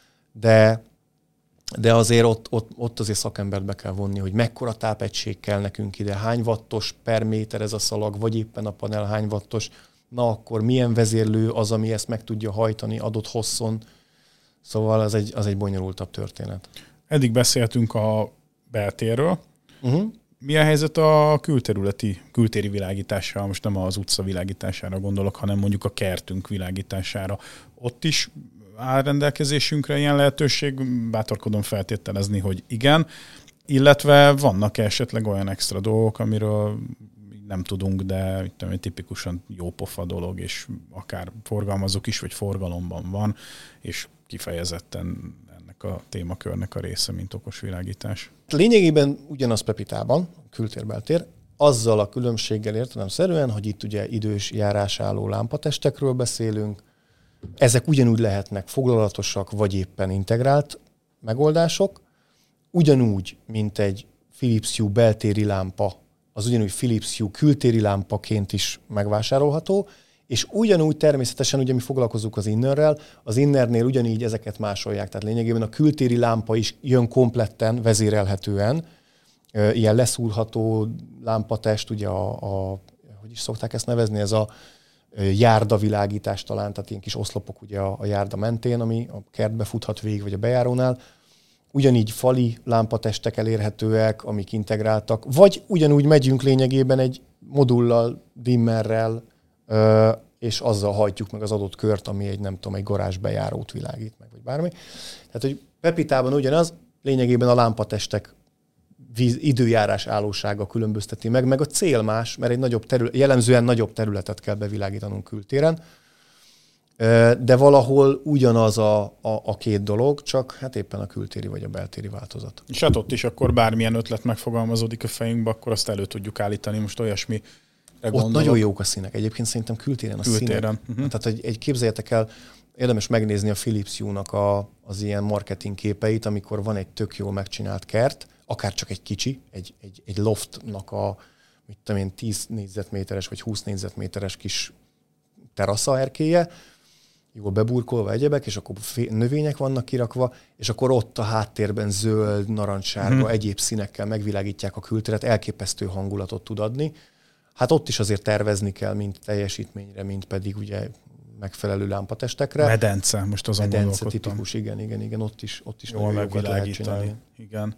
de azért ott azért szakembert be kell vonni, hogy mekkora tápegység kell nekünk ide, hány wattos per méter ez a szalag, vagy éppen a panel hány wattos, na akkor milyen vezérlő az, ami ezt meg tudja hajtani adott hosszon. Szóval az egy bonyolultabb történet. Eddig beszéltünk a beltérről. Mi a helyzet a kültéri világítással? Most nem az utca világítására gondolok, hanem mondjuk a kertünk világítására. Ott is áll rendelkezésünkre ilyen lehetőség? Bátorkodom feltételezni, hogy igen. Illetve vannak esetleg olyan extra dolgok, amiről nem tudunk, de tipikusan jópofa dolog, és akár forgalmazók is, vagy forgalomban van, és kifejezetten ennek a témakörnek a része, mint okos világítás. Lényegében ugyanaz Pepitában, kültér-beltér, azzal a különbséggel értelemszerűen, hogy itt ugye idős járásálló lámpatestekről beszélünk, ezek ugyanúgy lehetnek foglalatosak, vagy éppen integrált megoldások, ugyanúgy, mint egy Philips Hue beltéri lámpa, az ugyanúgy Philips Hue kültéri lámpaként is megvásárolható, és ugyanúgy természetesen, ugye mi foglalkozunk az innerrel, az innernél ugyanígy ezeket másolják, tehát lényegében a kültéri lámpa is jön kompletten, vezérelhetően, ilyen leszúrható lámpatest, ugye hogy is szokták ezt nevezni, ez a járdavilágítás talán, tehát ilyen kis oszlopok ugye a járda mentén, ami a kertbe futhat végig, vagy a bejárónál. Ugyanígy fali lámpatestek elérhetőek, amik integráltak, vagy ugyanúgy megyünk lényegében egy modullal, dimmerrel, és azzal hajtjuk meg az adott kört, ami egy garázsbejárót világít meg, vagy bármi. Tehát, hogy Pepitában ugyanaz, lényegében a lámpatestek időjárás állósága különbözteti meg a cél más, mert egy jellemzően nagyobb területet kell bevilágítanunk kültéren, de valahol ugyanaz a két dolog, csak hát éppen a kültéri vagy a beltéri változat. És hát ott is akkor bármilyen ötlet megfogalmazódik a fejünkbe, akkor azt elő tudjuk állítani. Most olyasmi ott nagyon jók a színek. Egyébként szerintem kültéren a színek. Tehát, hogy képzeljetek el, érdemes megnézni a Philips Hue-nak az ilyen marketing képeit, amikor van egy tök jól megcsinált kert, akár csak egy kicsi, egy loftnak a 10 négyzetméteres vagy 20 négyzetméteres kis terasza erkélye, jól beburkolva egyebek, és akkor növények vannak kirakva, és akkor ott a háttérben zöld, narancssárga, egyéb színekkel megvilágítják a kültéret, elképesztő hangulatot tud adni. Hát ott is azért tervezni kell, mind teljesítményre, mind pedig ugye megfelelő lámpatestekre. Medence, most azon Medence tipikus, igen, ott is jól megvilágítani. Igen.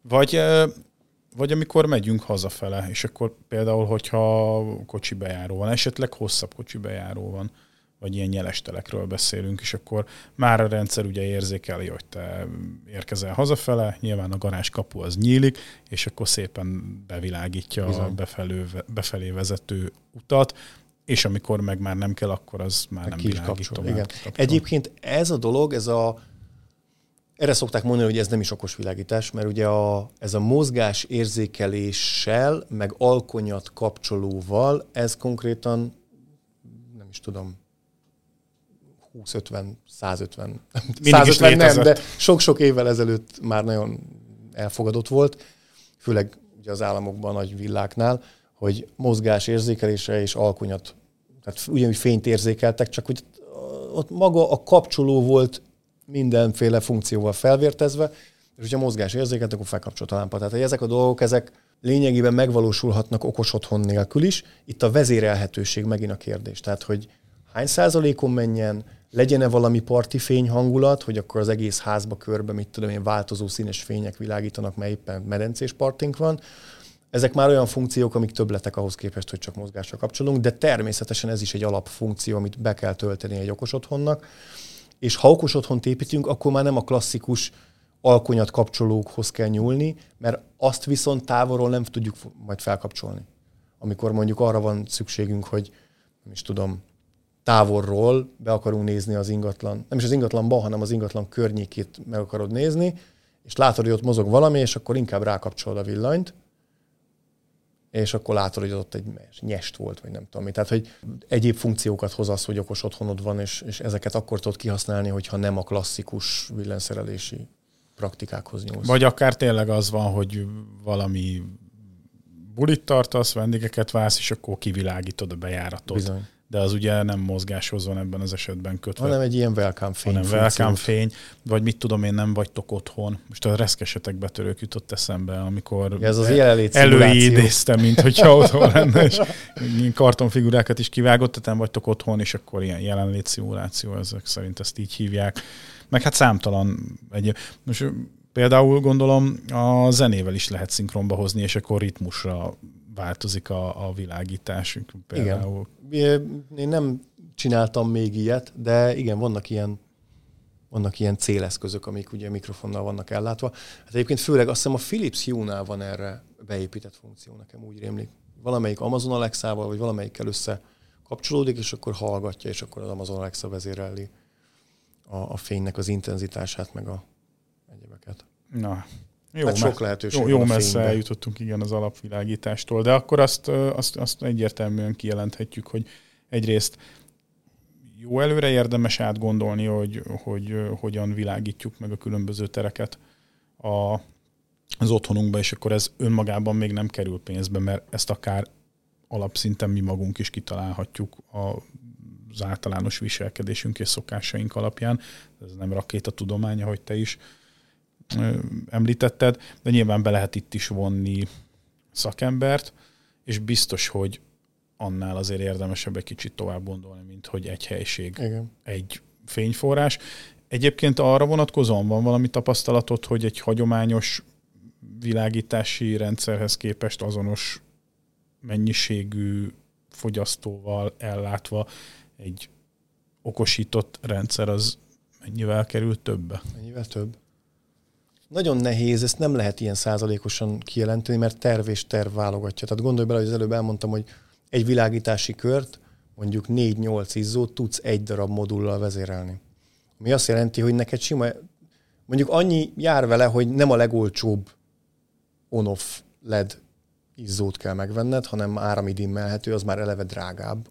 Vagy amikor megyünk hazafele, és akkor például, hogyha kocsi bejáró van, esetleg hosszabb kocsi bejáró van, vagy ilyen nyelestelekről beszélünk, és akkor már a rendszer ugye érzékeli, hogy te érkezel hazafele, nyilván a garázskapu az nyílik, és akkor szépen bevilágítja a befelé vezető utat, és amikor meg már nem kell, akkor az már nem világít tovább. Egyébként ez a dolog, erre szokták mondani, hogy ez nem is okos világítás, mert ugye ez a mozgás érzékeléssel, meg alkonyat kapcsolóval, ez konkrétan, nem is tudom, 20-50, 150, 150 nem, de sok-sok évvel ezelőtt már nagyon elfogadott volt, főleg ugye az államokban, nagy villáknál, hogy mozgás érzékelésre és alkonyat, tehát ugyanúgy fényt érzékeltek, csak hogy ott maga a kapcsoló volt mindenféle funkcióval felvértezve, És hogyha mozgásérzéket, akkor felkapcsolt a lámpa. Tehát ezek a dolgok, ezek lényegében megvalósulhatnak okos otthon nélkül is. Itt a vezérelhetőség megint a kérdés. Tehát, hogy hány százalékon menjen, legyen-e valami parti fény hangulat, hogy akkor az egész házba körbe, mit tudom én, változó színes fények világítanak, mert éppen medencés partink van. Ezek már olyan funkciók, amik többletek ahhoz képest, hogy csak mozgásra kapcsolunk, de természetesen ez is egy alapfunkció, amit be kell tölteni egy okos otthonnak. És ha okos otthont építünk, akkor már nem a klasszikus alkonyat kapcsolókhoz kell nyúlni, mert azt viszont távolról nem tudjuk majd felkapcsolni. Amikor mondjuk arra van szükségünk, hogy nem is tudom, távolról be akarunk nézni az ingatlan, nem is az ingatlanban, hanem az ingatlan környékét meg akarod nézni, és látod, hogy ott mozog valami, és akkor inkább rákapcsolod a villanyt, és akkor látod, hogy ott egy nyest volt, vagy nem tudom mi. Tehát, hogy egyéb funkciókat hoz az, hogy okos otthonod van, és ezeket akkor tudod kihasználni, hogyha nem a klasszikus villanyszerelési praktikákhoz nyúlsz. Vagy akár tényleg az van, hogy valami bulit tartasz, vendégeket vársz, és akkor kivilágítod a bejáratot. Bizony. De az ugye nem mozgáshoz van ebben az esetben kötve. Hanem egy ilyen welcome fény. Hanem welcome fény, vagy mit tudom én, nem vagytok otthon. Most a reszkesetek betörők jutott eszembe, amikor ez az előidéztem, mint hogyha otthon lenne, és kartonfigurákat is kivágott, tehát nem vagytok otthon, és akkor ilyen jelenlét szimuláció, ezek szerint ezt így hívják. Meg hát számtalan most például gondolom a zenével is lehet szinkronba hozni, és akkor ritmusra változik a világítás. Például. Igen. Én nem csináltam még ilyet, de igen, vannak ilyen céleszközök, amik ugye mikrofonnal vannak ellátva. Hát egyébként főleg azt hiszem a Philips Hue-nál van erre beépített funkció, nekem úgy rémlik. Valamelyik Amazon Alexa-val, vagy valamelyikkel össze kapcsolódik, és akkor hallgatja, és akkor az Amazon Alexa vezéreli a fénynek az intenzitását, meg a egyebeket. Na, sok lehetőség jó messze eljutottunk igen az alapvilágítástól, de akkor azt egyértelműen kijelenthetjük, hogy egyrészt jó előre érdemes átgondolni, hogy hogyan világítjuk meg a különböző tereket az otthonunkba, és akkor ez önmagában még nem kerül pénzbe, mert ezt akár alapszinten mi magunk is kitalálhatjuk az általános viselkedésünk és szokásaink alapján. Ez nem rakétatudomány, ahogy te is említetted, de nyilván be lehet itt is vonni szakembert, és biztos, hogy annál azért érdemesebb egy kicsit tovább gondolni, mint hogy egy helység, igen, egy fényforrás. Egyébként arra vonatkozóan van valami tapasztalatod, hogy egy hagyományos világítási rendszerhez képest azonos mennyiségű fogyasztóval ellátva egy okosított rendszer az mennyivel kerül többe? Mennyivel több? Nagyon nehéz, ezt nem lehet ilyen százalékosan kijelenteni, mert terv és terv válogatja. Tehát gondolj bele, hogy az előbb elmondtam, hogy egy világítási kört, mondjuk 4-8 izzót tudsz egy darab modullal vezérelni. Ami azt jelenti, hogy neked sima, mondjuk annyi jár vele, hogy nem a legolcsóbb on-off LED izzót kell megvenned, hanem árami dimmelhető, az már eleve drágább.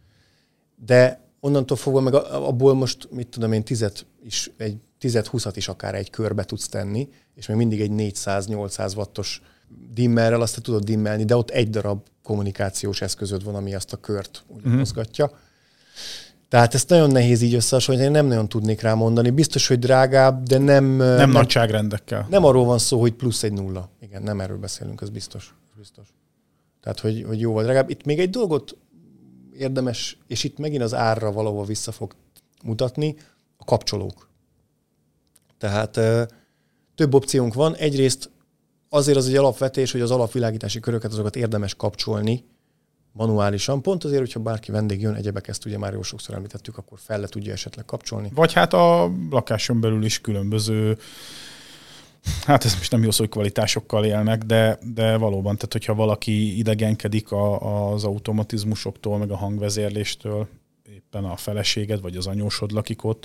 De onnantól fogva meg abból most, mit tudom én, 10-20-at is akár egy körbe tudsz tenni, és még mindig egy 400-800 wattos dimmerrel azt te tudod dimmelni, de ott egy darab kommunikációs eszközöd van, ami azt a kört mozgatja. Tehát ezt nagyon nehéz így összehasonlítani, nem nagyon tudnék rá mondani. Biztos, hogy drágább, de nem nagyságrendekkel. Nem arról van szó, hogy plusz egy nulla. Igen, nem erről beszélünk, ez biztos. Tehát, hogy jóval drágább. Itt még egy dolgot érdemes, és itt megint az árra valahol vissza fog mutatni, a kapcsolók. Tehát több opciónk van. Egyrészt azért az egy alapvetés, hogy az alapvilágítási köröket azokat érdemes kapcsolni manuálisan. Pont azért, hogyha bárki vendég jön, egyebek, ezt ugye már jó sokszor említettük, akkor fel le tudja esetleg kapcsolni. Vagy hát a lakáson belül is különböző, hát ez most nem jó szó, hogy kvalitásokkal élnek, de valóban, tehát hogyha valaki idegenkedik az automatizmusoktól, meg a hangvezérléstől, éppen a feleséged, vagy az anyósod lakik ott,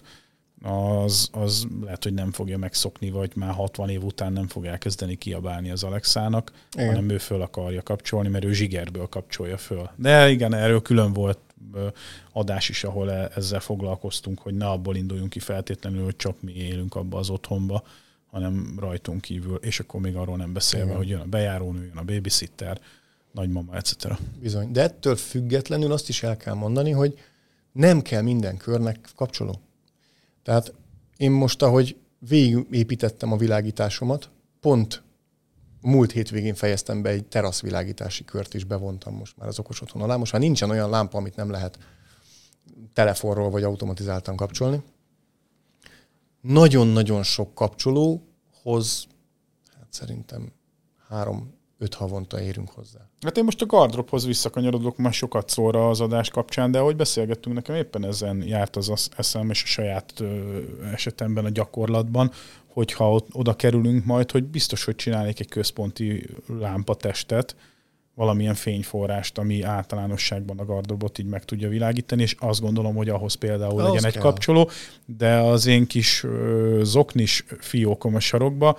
az lehet, hogy nem fogja megszokni, vagy már 60 év után nem fog elkezdeni kiabálni az Alexának, igen, hanem ő föl akarja kapcsolni, mert ő zsigerből kapcsolja föl. De igen, erről külön volt adás is, ahol ezzel foglalkoztunk, hogy ne abból induljunk ki feltétlenül, hogy csak mi élünk abba az otthonba, hanem rajtunk kívül, és akkor még arról nem beszélve, igen, hogy jön a bejárónő, jön a babysitter, nagymama, etc. Bizony. De ettől függetlenül azt is el kell mondani, hogy nem kell minden körnek kapcsoló. Tehát én most, ahogy végigépítettem a világításomat, pont múlt hétvégén fejeztem be egy teraszvilágítási kört is, bevontam most már az okos otthon alá. Most már nincsen olyan lámpa, amit nem lehet telefonról vagy automatizáltan kapcsolni. Nagyon-nagyon sok kapcsolóhoz, hát szerintem 3-5 havonta érünk hozzá. Hát én most a gardróbhoz visszakanyarodok már sokat szóra az adás kapcsán, de ahogy beszélgettünk, nekem éppen ezen járt az eszem és a saját esetemben a gyakorlatban, hogyha oda kerülünk majd, hogy biztos, hogy csinálnék egy központi lámpatestet, valamilyen fényforrást, ami általánosságban a gardróbot így meg tudja világítani, és azt gondolom, hogy ahhoz például legyen egy kapcsoló, de az én kis zoknis fiókom a sarokba,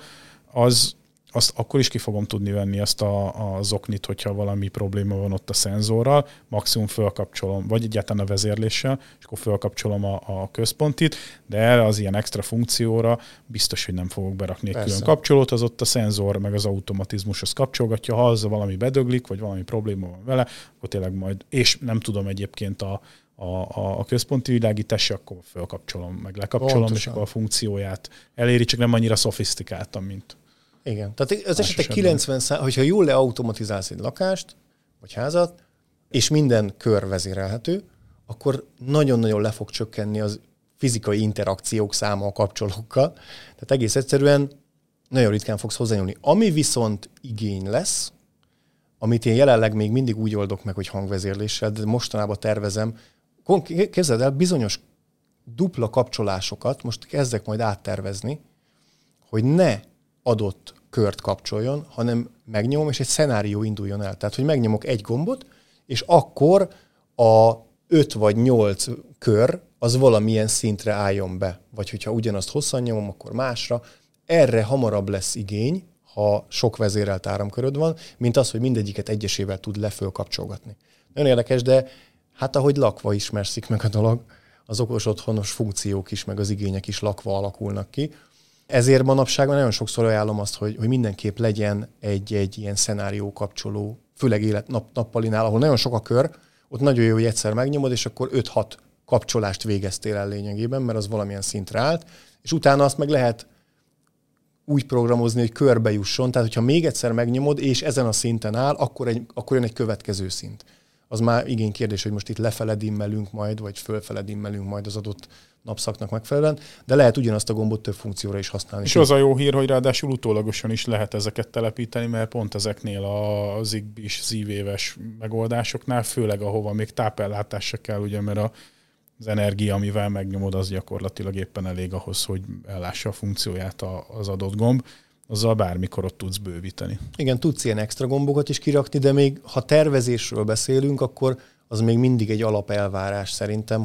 azt akkor is ki fogom tudni venni azt a zoknit, hogyha valami probléma van ott a szenzorral, maximum fölkapcsolom, vagy egyáltalán a vezérléssel, és akkor fölkapcsolom a központit, de erre az ilyen extra funkcióra biztos, hogy nem fogok berakni egy külön kapcsolót, az ott a szenzor meg az automatizmus az kapcsolgatja, ha az valami bedöglik, vagy valami probléma van vele, akkor tényleg majd, és nem tudom egyébként a központi világítás, akkor fölkapcsolom, meg lekapcsolom, pontosan. És akkor a funkcióját eléri, csak nem annyira szofisztikáltan, mint... Igen, tehát az esetek 90%, hogyha jól leautomatizálsz egy lakást, vagy házat, és minden kör vezérelhető, akkor nagyon-nagyon le fog csökkenni az fizikai interakciók száma a kapcsolókkal. Tehát egész egyszerűen nagyon ritkán fogsz hozzányúlni. Ami viszont igény lesz, amit én jelenleg még mindig úgy oldok meg, hogy hangvezérléssel, de mostanában tervezem, képzeld el, bizonyos dupla kapcsolásokat most kezdek majd áttervezni, hogy ne adott kört kapcsoljon, hanem megnyomom, és egy szenárió induljon el. Tehát, hogy megnyomok egy gombot, és akkor a 5 vagy 8 kör az valamilyen szintre álljon be. Vagy hogyha ugyanazt hosszan nyomom, akkor másra. Erre hamarabb lesz igény, ha sok vezérelt áramköröd van, mint az, hogy mindegyiket egyesével tud lefölkapcsolgatni. Nagyon érdekes, de hát ahogy lakva ismerszik meg a dolog, az okos otthonos funkciók is, meg az igények is lakva alakulnak ki. Ezért manapság nagyon sokszor ajánlom azt, hogy mindenképp legyen egy ilyen szenárió kapcsoló, főleg nappalinál, ahol nagyon sok a kör, ott nagyon jó, hogy egyszer megnyomod, és akkor 5-6 kapcsolást végeztél el lényegében, mert az valamilyen szintre állt, és utána azt meg lehet úgy programozni, hogy körbe jusson, tehát hogyha még egyszer megnyomod, és ezen a szinten áll, akkor jön egy következő szint. Az már igénykérdés, hogy most itt lefele dimmelünk majd, vagy fölfele dimmelünk majd az adott napszaknak megfelelően, de lehet ugyanazt a gombot több funkcióra is használni. És az a jó hír, hogy ráadásul utólagosan is lehet ezeket telepíteni, mert pont ezeknél a Zigbee-s Z-Wave-es megoldásoknál, főleg ahova még tápellátásra kell, ugye, mert az energia, amivel megnyomod, az gyakorlatilag éppen elég ahhoz, hogy ellássa a funkcióját az adott gomb, azzal bármikor ott tudsz bővíteni. Igen, tudsz ilyen extra gombokat is kirakni, de még ha tervezésről beszélünk, akkor az még mindig egy alapelvárás szerintem,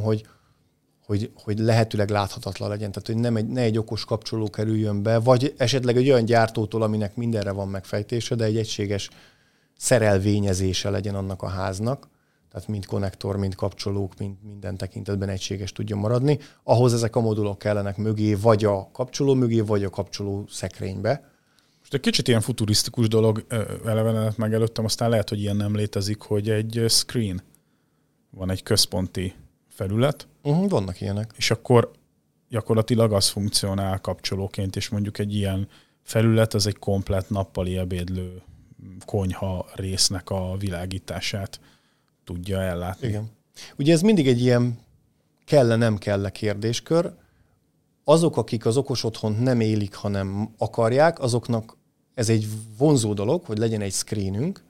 hogy lehetőleg láthatatlan legyen. Tehát, hogy ne egy okos kapcsoló kerüljön be, vagy esetleg egy olyan gyártótól, aminek mindenre van megfejtése, de egy egységes szerelvényezése legyen annak a háznak. Tehát mind konnektor, mind kapcsolók, mind minden tekintetben egységes tudjon maradni. Ahhoz ezek a modulok kellenek mögé, vagy a kapcsoló mögé, vagy a kapcsoló szekrénybe. Most egy kicsit ilyen futurisztikus dolog elevenedet meg előttem, aztán lehet, hogy ilyen nem létezik, hogy egy screen van, egy központi felület. Vannak ilyenek. És akkor gyakorlatilag az funkcionál kapcsolóként, és mondjuk egy ilyen felület, az egy komplett nappali ebédlő konyha résznek a világítását tudja ellátni. Igen. Ugye ez mindig egy ilyen kell-e-nem kell-e kérdéskör. Azok, akik az okos otthont nem élik, hanem akarják, azoknak ez egy vonzó dolog, hogy legyen egy screenünk,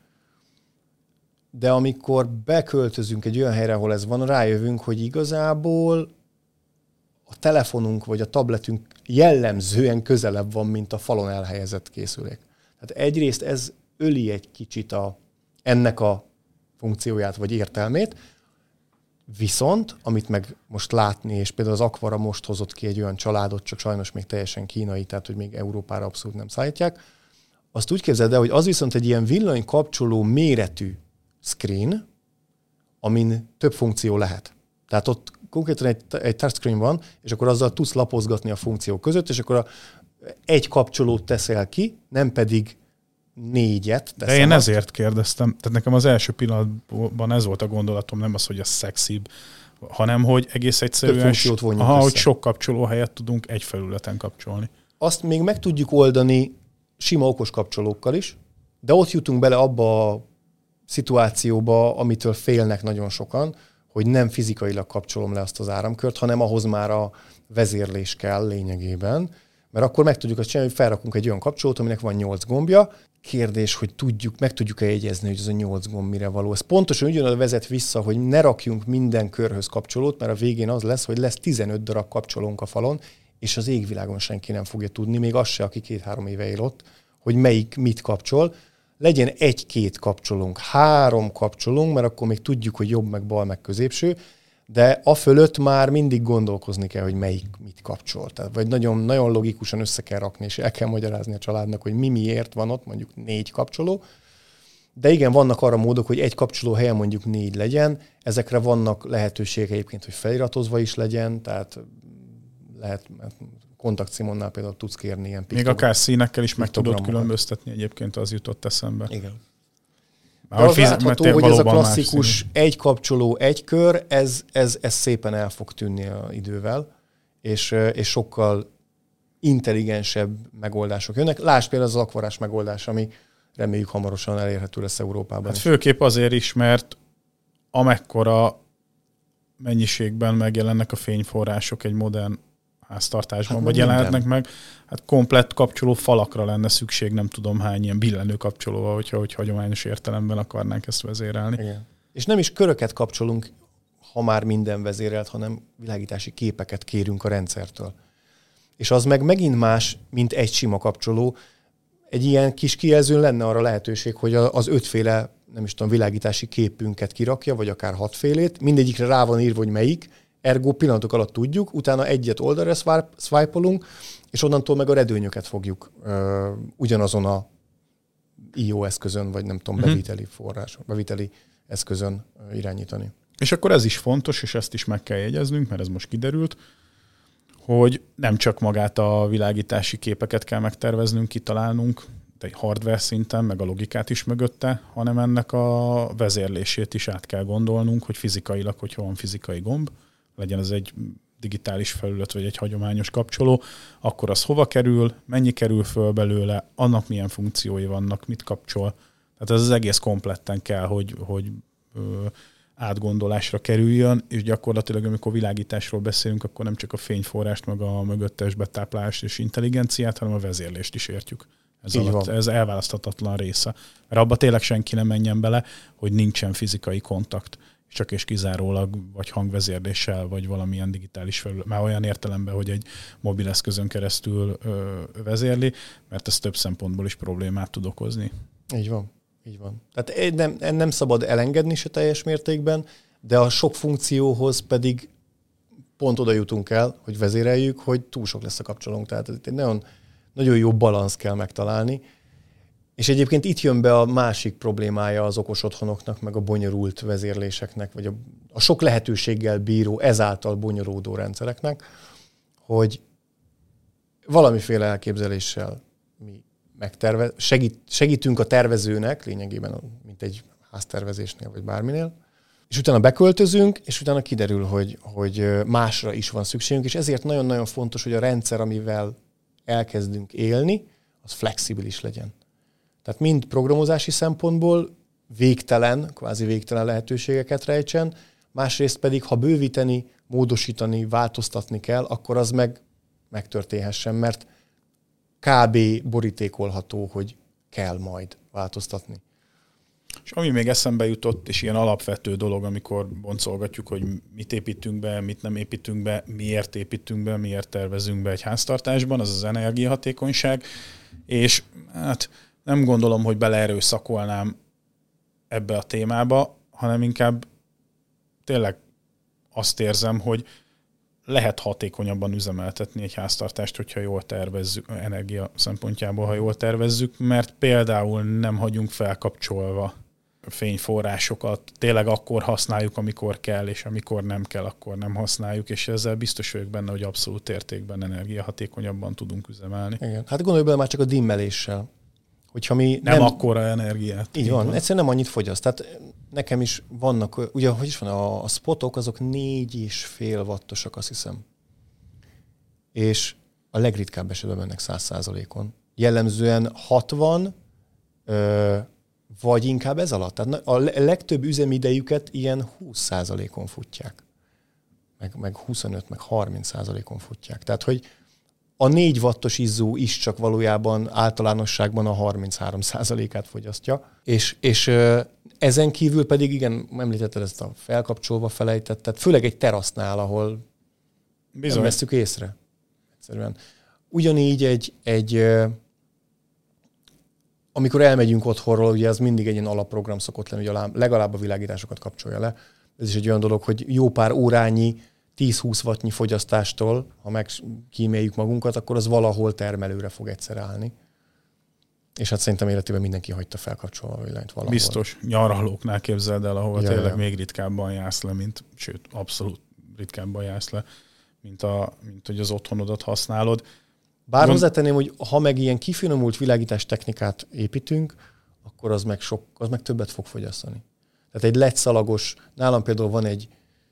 de amikor beköltözünk egy olyan helyre, ahol ez van, rájövünk, hogy igazából a telefonunk vagy a tabletünk jellemzően közelebb van, mint a falon elhelyezett készülék. Tehát egyrészt ez öli egy kicsit ennek a funkcióját vagy értelmét, viszont, amit meg most látni, és például az Aquara most hozott ki egy olyan családot, csak sajnos még teljesen kínai, tehát hogy még Európára abszolút nem szállítják, azt úgy képzeld el, hogy az viszont egy ilyen villanykapcsoló méretű screen, amin több funkció lehet. Tehát ott konkrétan egy touchscreen van, és akkor azzal tudsz lapozgatni a funkciók között, és akkor egy kapcsolót teszel ki, nem pedig 4-et. De én ezért kérdeztem, tehát nekem az első pillanatban ez volt a gondolatom, nem az, hogy a szexibb, hanem hogy egész egyszerűen, hogy sok kapcsoló helyet tudunk egy felületen kapcsolni. azt még meg tudjuk oldani sima okos kapcsolókkal is, de ott jutunk bele abba a szituációba, amitől félnek nagyon sokan, hogy nem fizikailag kapcsolom le azt az áramkört, hanem ahhoz már a vezérlés kell lényegében, mert akkor meg tudjuk azt csinálni, hogy felrakunk egy olyan kapcsolót, aminek van 8 gombja. Kérdés, hogy meg tudjuk-e jegyezni, hogy ez a 8 gomb mire való. Ez pontosan ugyanaz vezet vissza, hogy ne rakjunk minden körhöz kapcsolót, mert a végén az lesz, hogy lesz 15 darab kapcsolónk a falon, és az égvilágon senki nem fogja tudni, még az se, aki 2-3 éve él ott, hogy melyik mit kapcsol. Legyen 1-2 kapcsolónk, 3 kapcsolónk, mert akkor még tudjuk, hogy jobb, meg bal, meg középső, de a fölött már mindig gondolkozni kell, hogy melyik mit kapcsol. Tehát, vagy nagyon, nagyon logikusan össze kell rakni, és el kell magyarázni a családnak, hogy miért van ott mondjuk 4 kapcsoló. De igen, vannak arra módok, hogy egy kapcsoló helyen mondjuk 4 legyen. Ezekre vannak lehetőségek egyébként, hogy feliratozva is legyen, tehát lehet, kontaktcímonnál például tudsz kérni ilyen még akár színekkel is meg tudod különböztetni, egyébként az jutott eszembe. Igen. De az látható, hogy ez a klasszikus egy kapcsoló, egy kör, ez szépen el fog tűnni az idővel, és sokkal intelligensebb megoldások jönnek. Lásd például az akvarás megoldás, ami reméljük hamarosan elérhető lesz Európában. Hát főképp azért is, mert amekkora mennyiségben megjelennek a fényforrások egy modern háztartásban, hát vagy jelenhetnek meg, hát komplett kapcsoló falakra lenne szükség, nem tudom hány ilyen billenő kapcsolóval, hogyha hagyományos értelemben akarnánk ezt vezérelni. Igen. És nem is köröket kapcsolunk, ha már minden vezérelt, hanem világítási képeket kérünk a rendszertől. És az meg megint más, mint egy sima kapcsoló. Egy ilyen kis kijelzőn lenne arra lehetőség, hogy az 5 féle, nem is tudom, világítási képünket kirakja, vagy akár 6 félét, mindegyikre rá van írva, hogy melyik, ergo pillanatok alatt tudjuk, utána egyet oldalra swipe-olunk, és onnantól meg a redőnyöket fogjuk ugyanazon a IO eszközön, vagy nem tudom, beviteli eszközön irányítani. És akkor ez is fontos, és ezt is meg kell jegyeznünk, mert ez most kiderült, hogy nem csak magát a világítási képeket kell megterveznünk, kitalálnunk, de egy hardware szinten, meg a logikát is mögötte, hanem ennek a vezérlését is át kell gondolnunk, hogy fizikailag, hogyha van fizikai gomb, legyen ez egy digitális felület, vagy egy hagyományos kapcsoló, akkor az hova kerül, mennyi kerül föl belőle, annak milyen funkciói vannak, mit kapcsol. Tehát ez az egész kompletten kell, hogy átgondolásra kerüljön, és gyakorlatilag, amikor világításról beszélünk, akkor nem csak a fényforrást, meg a mögöttes betáplálást és intelligenciát, hanem a vezérlést is értjük. Ez elválaszthatatlan része. Mert abba tényleg senki nem menjen bele, hogy nincsen fizikai kontakt. Csak és kizárólag vagy hangvezérléssel, vagy valamilyen digitális felület. Már olyan értelemben, hogy egy mobileszközön keresztül vezérli, mert ez több szempontból is problémát tud okozni. Így van. Így van. Tehát nem szabad elengedni se teljes mértékben, de a sok funkcióhoz pedig pont oda jutunk el, hogy vezéreljük, hogy túl sok lesz a kapcsolónk. Tehát egy nagyon, nagyon jó balansz kell megtalálni. És egyébként itt jön be a másik problémája az okos otthonoknak, meg a bonyolult vezérléseknek, vagy a sok lehetőséggel bíró, ezáltal bonyolódó rendszereknek, hogy valamiféle elképzeléssel mi segítünk a tervezőnek, lényegében, mint egy háztervezésnél, vagy bárminél, és utána beköltözünk, és utána kiderül, hogy másra is van szükségünk, és ezért nagyon-nagyon fontos, hogy a rendszer, amivel elkezdünk élni, az flexibilis legyen. Tehát mind programozási szempontból kvázi végtelen lehetőségeket rejtsen, másrészt pedig, ha bővíteni, módosítani, változtatni kell, akkor az megtörténhessen, mert kb. Borítékolható, hogy kell majd változtatni. És ami még eszembe jutott, és ilyen alapvető dolog, amikor boncolgatjuk, hogy mit építünk be, mit nem építünk be, miért tervezünk be egy háztartásban, az az energiahatékonyság, és hát nem gondolom, hogy beleerőszakolnám ebbe a témába, hanem inkább tényleg azt érzem, hogy lehet hatékonyabban üzemeltetni egy háztartást, hogyha jól tervezzük, energia szempontjából, ha jól tervezzük, mert például nem hagyunk felkapcsolva fényforrásokat, tényleg akkor használjuk, amikor kell, és amikor nem kell, akkor nem használjuk, és ezzel biztos vagyok benne, hogy abszolút értékben energiahatékonyabban tudunk üzemelni. Igen. Hát gondolj bele már csak a dimmeléssel. Hogyha mi nem akkora energiát. Így van, egyszerűen nem annyit fogyaszt. Tehát nekem is vannak, ugye, hogy is van, a spotok azok 4,5 wattosak, azt hiszem. És a legritkább esetben mennek 100%-on. Jellemzően 60, vagy inkább ez alatt. Tehát a legtöbb üzemidejüket ilyen 20%-on futják. Meg 25, meg 30%-on futják. Tehát, hogy a 4 wattos izzó is csak valójában általánosságban a 33%-át fogyasztja. És ezen kívül pedig, igen, említetted ezt a felkapcsolva felejtettet, főleg egy terasznál, ahol nem vesztük észre. Egyszerűen. Ugyanígy amikor elmegyünk otthonról, ugye ez mindig egy ilyen alapprogram szokott lenni, hogy legalább a világításokat kapcsolja le. Ez is egy olyan dolog, hogy jó pár órányi 10-20 wattnyi fogyasztástól, ha megkíméljük magunkat, akkor az valahol termelőre fog egyszer állni. És hát szerintem életében mindenki hagyta felkapcsolva a villanyt valahol. Biztos. Nyaralóknál képzeld el, ahol tényleg még ritkábban jársz le, sőt, abszolút ritkábban jársz le, mint hogy az otthonodat használod. Bár hozzátenném, hogy ha meg ilyen kifinomult világítás technikát építünk, akkor az meg többet fog fogyasztani. Tehát egy LED szalagos, nálam például van egy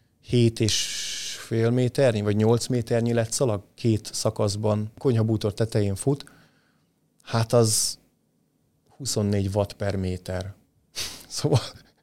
7,5 méternyi, vagy 8 méternyi LED szalag, 2 szakaszban, konyhabútor tetején fut, hát az 24 watt per méter. Szóval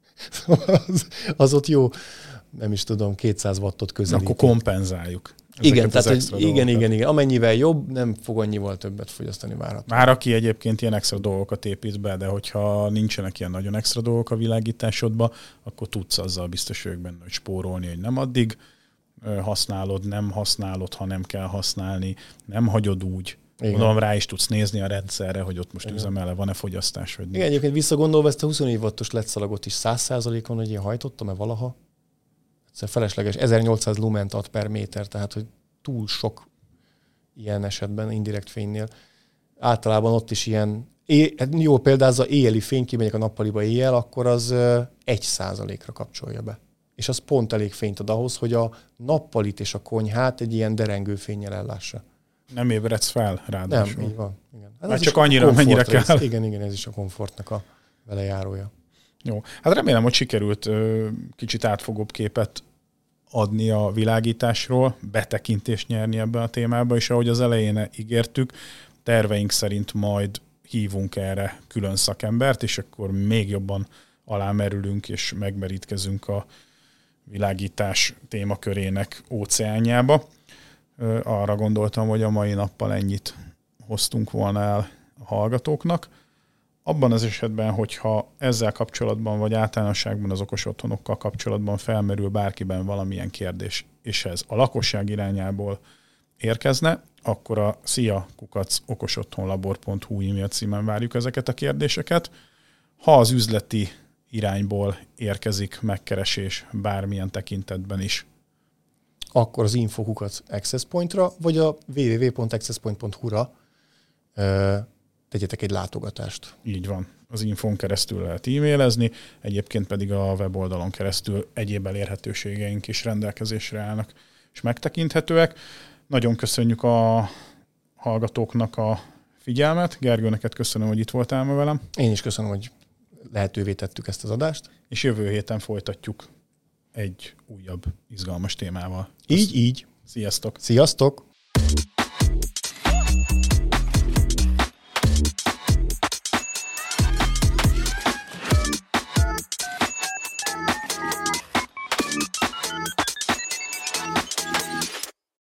az ott jó, nem is tudom, 200 wattot közelít. Akkor kompenzáljuk. Igen, tehát igen. Amennyivel jobb, nem fog annyival többet fogyasztani várhatóan. Már aki egyébként ilyen extra dolgokat épít be, de hogyha nincsenek ilyen nagyon extra dolgok a világításodba, akkor tudsz azzal biztos vagyok benne, hogy spórolni, hogy nem addig használod, nem használod, ha nem kell használni, nem hagyod úgy. Mondom, rá is tudsz nézni a rendszerre, hogy ott most üzemele, van-e fogyasztás, vagy nem. Igen, egyébként visszagondolva ezt a 24 wattos LED szalagot is 100%-on, hogy én hajtottam-e valaha? Ez felesleges, 1800 lument ad per méter, tehát hogy túl sok ilyen esetben, indirekt fénynél. Általában ott is ilyen, jó példázza, éjjeli fény, kimegyek a nappaliba éjjel, akkor az 1%-ra kapcsolja be. És az pont elég fényt ad ahhoz, hogy a nappalit és a konyhát egy ilyen derengő fénnyel ellássa. Nem ébredsz fel ráadásul. Nem, így van. Igen. Hát már csak annyira, mennyire kell. Igen, ez is a komfortnak a velejárója. Jó, hát remélem, hogy sikerült kicsit átfogóbb képet adni a világításról, betekintést nyerni ebbe a témába, és ahogy az elején ígértük, terveink szerint majd hívunk erre külön szakembert, és akkor még jobban alámerülünk, és megmerítkezünk a világítás témakörének óceánjába. Arra gondoltam, hogy a mai nappal ennyit hoztunk volna el a hallgatóknak. Abban az esetben, hogyha ezzel kapcsolatban, vagy általánosságban az okos otthonokkal kapcsolatban felmerül bárkiben valamilyen kérdés, és ez a lakosság irányából érkezne, akkor a szia@okosotthonlabor.hu e-mail címen várjuk ezeket a kérdéseket. Ha az üzleti irányból érkezik megkeresés bármilyen tekintetben is, akkor az info@access point-ra, vagy a www.accesspoint.hu-ra tegyetek egy látogatást. Így van. Az infón keresztül lehet e-mailezni, egyébként pedig a weboldalon keresztül egyéb elérhetőségeink is rendelkezésre állnak, és megtekinthetőek. Nagyon köszönjük a hallgatóknak a figyelmet. Gergő, neked köszönöm, hogy itt voltál ma velem. Én is köszönöm, hogy lehetővé tettük ezt az adást. És jövő héten folytatjuk egy újabb izgalmas témával. Így. Sziasztok! Sziasztok!